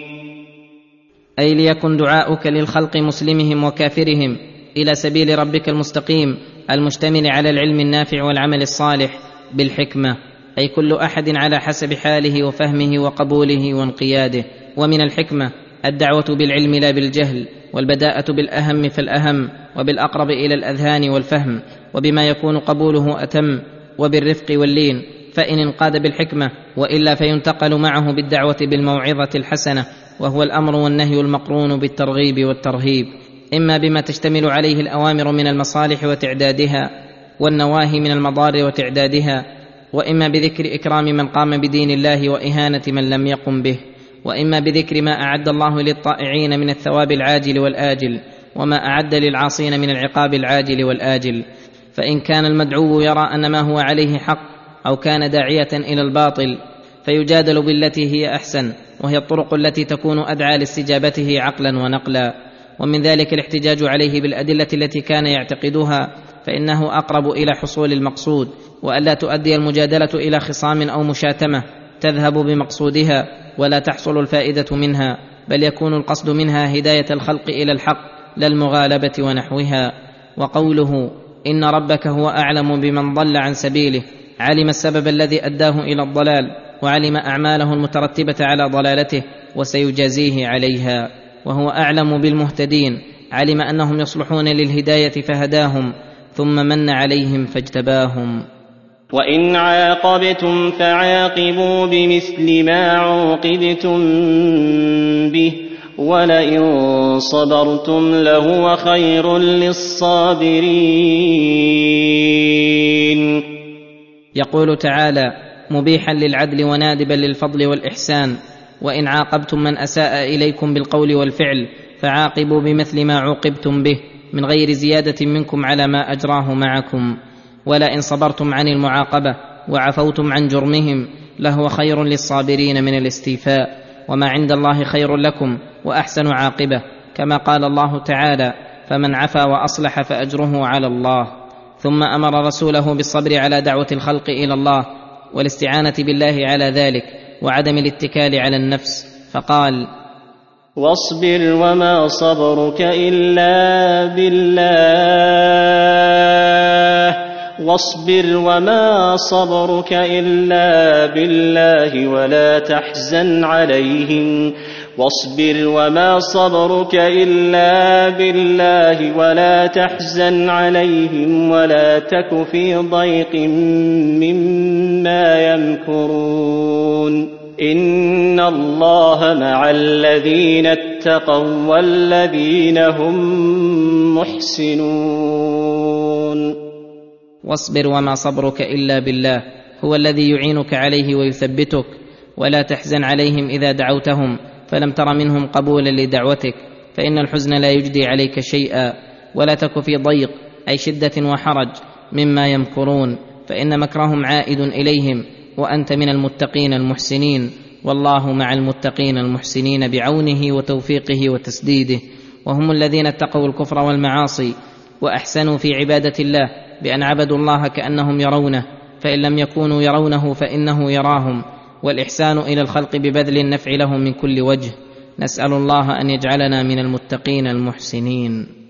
أي ليكن دعاؤك للخلق مسلمهم وكافرهم إلى سبيل ربك المستقيم المشتمل على العلم النافع والعمل الصالح بالحكمة، أي كل أحد على حسب حاله وفهمه وقبوله وانقياده. ومن الحكمة الدعوة بالعلم لا بالجهل، والبداءة بالأهم فالأهم، وبالأقرب إلى الأذهان والفهم، وبما يكون قبوله أتم، وبالرفق واللين فإن انقاد بالحكمة، وإلا فينتقل معه بالدعوة بالموعظة الحسنة، وهو الأمر والنهي المقرون بالترغيب والترهيب، إما بما تشتمل عليه الأوامر من المصالح وتعدادها، والنواهي من المضار وتعدادها، وإما بذكر إكرام من قام بدين الله وإهانة من لم يقم به، وإما بذكر ما أعد الله للطائعين من الثواب العاجل والآجل، وما أعد للعاصين من العقاب العاجل والآجل. فإن كان المدعو يرى أن ما هو عليه حق أو كان داعية إلى الباطل فيجادل بالتي هي أحسن، وهي الطرق التي تكون أدعى لاستجابته عقلا ونقلا. ومن ذلك الاحتجاج عليه بالأدلة التي كان يعتقدها، فإنه أقرب إلى حصول المقصود، وألا تؤدي المجادلة إلى خصام أو مشاتمة تذهب بمقصودها ولا تحصل الفائدة منها، بل يكون القصد منها هداية الخلق إلى الحق لا المغالبة ونحوها. وقوله إن ربك هو أعلم بمن ضل عن سبيله، علم السبب الذي أداه إلى الضلال، وعلم أعماله المترتبة على ضلالته وسيجازيه عليها. وهو أعلم بالمهتدين، علم أنهم يصلحون للهداية فهداهم، ثم من عليهم فاجتباهم. وإن عاقبتم فعاقبوا بمثل ما عوقبتم به ولئن صبرتم لهو خير للصابرين. يقول تعالى مبيحا للعدل ونادبا للفضل والإحسان: وإن عاقبتم من أساء إليكم بالقول والفعل فعاقبوا بمثل ما عوقبتم به من غير زيادة منكم على ما أجراه معكم، ولئن صبرتم عن المعاقبة وعفوتم عن جرمهم لهو خير للصابرين من الاستيفاء، وما عند الله خير لكم وأحسن عاقبة، كما قال الله تعالى: فمن عفا وأصلح فأجره على الله. ثم أمر رسوله بالصبر على دعوة الخلق إلى الله والاستعانة بالله على ذلك، وعدم الاتكال على النفس، فقال: واصبر وما صبرك إلا بالله ولا تحزن عليهم ولا تك في ضيق مما يمكرون. إن الله مع الذين اتقوا والذين هم محسنون. واصبر وما صبرك إلا بالله، هو الذي يعينك عليه ويثبتك، ولا تحزن عليهم إذا دعوتهم فلم تر منهم قبولا لدعوتك، فإن الحزن لا يجدي عليك شيئا. ولا تك في ضيق أي شدة وحرج مما يمكرون، فإن مكرهم عائد إليهم، وأنت من المتقين المحسنين، والله مع المتقين المحسنين بعونه وتوفيقه وتسديده. وهم الذين اتقوا الكفر والمعاصي وأحسنوا في عبادة الله بأن عبدوا الله كأنهم يرونه، فإن لم يكونوا يرونه فإنه يراهم، والإحسان إلى الخلق ببذل النفع لهم من كل وجه. نسأل الله أن يجعلنا من المتقين المحسنين.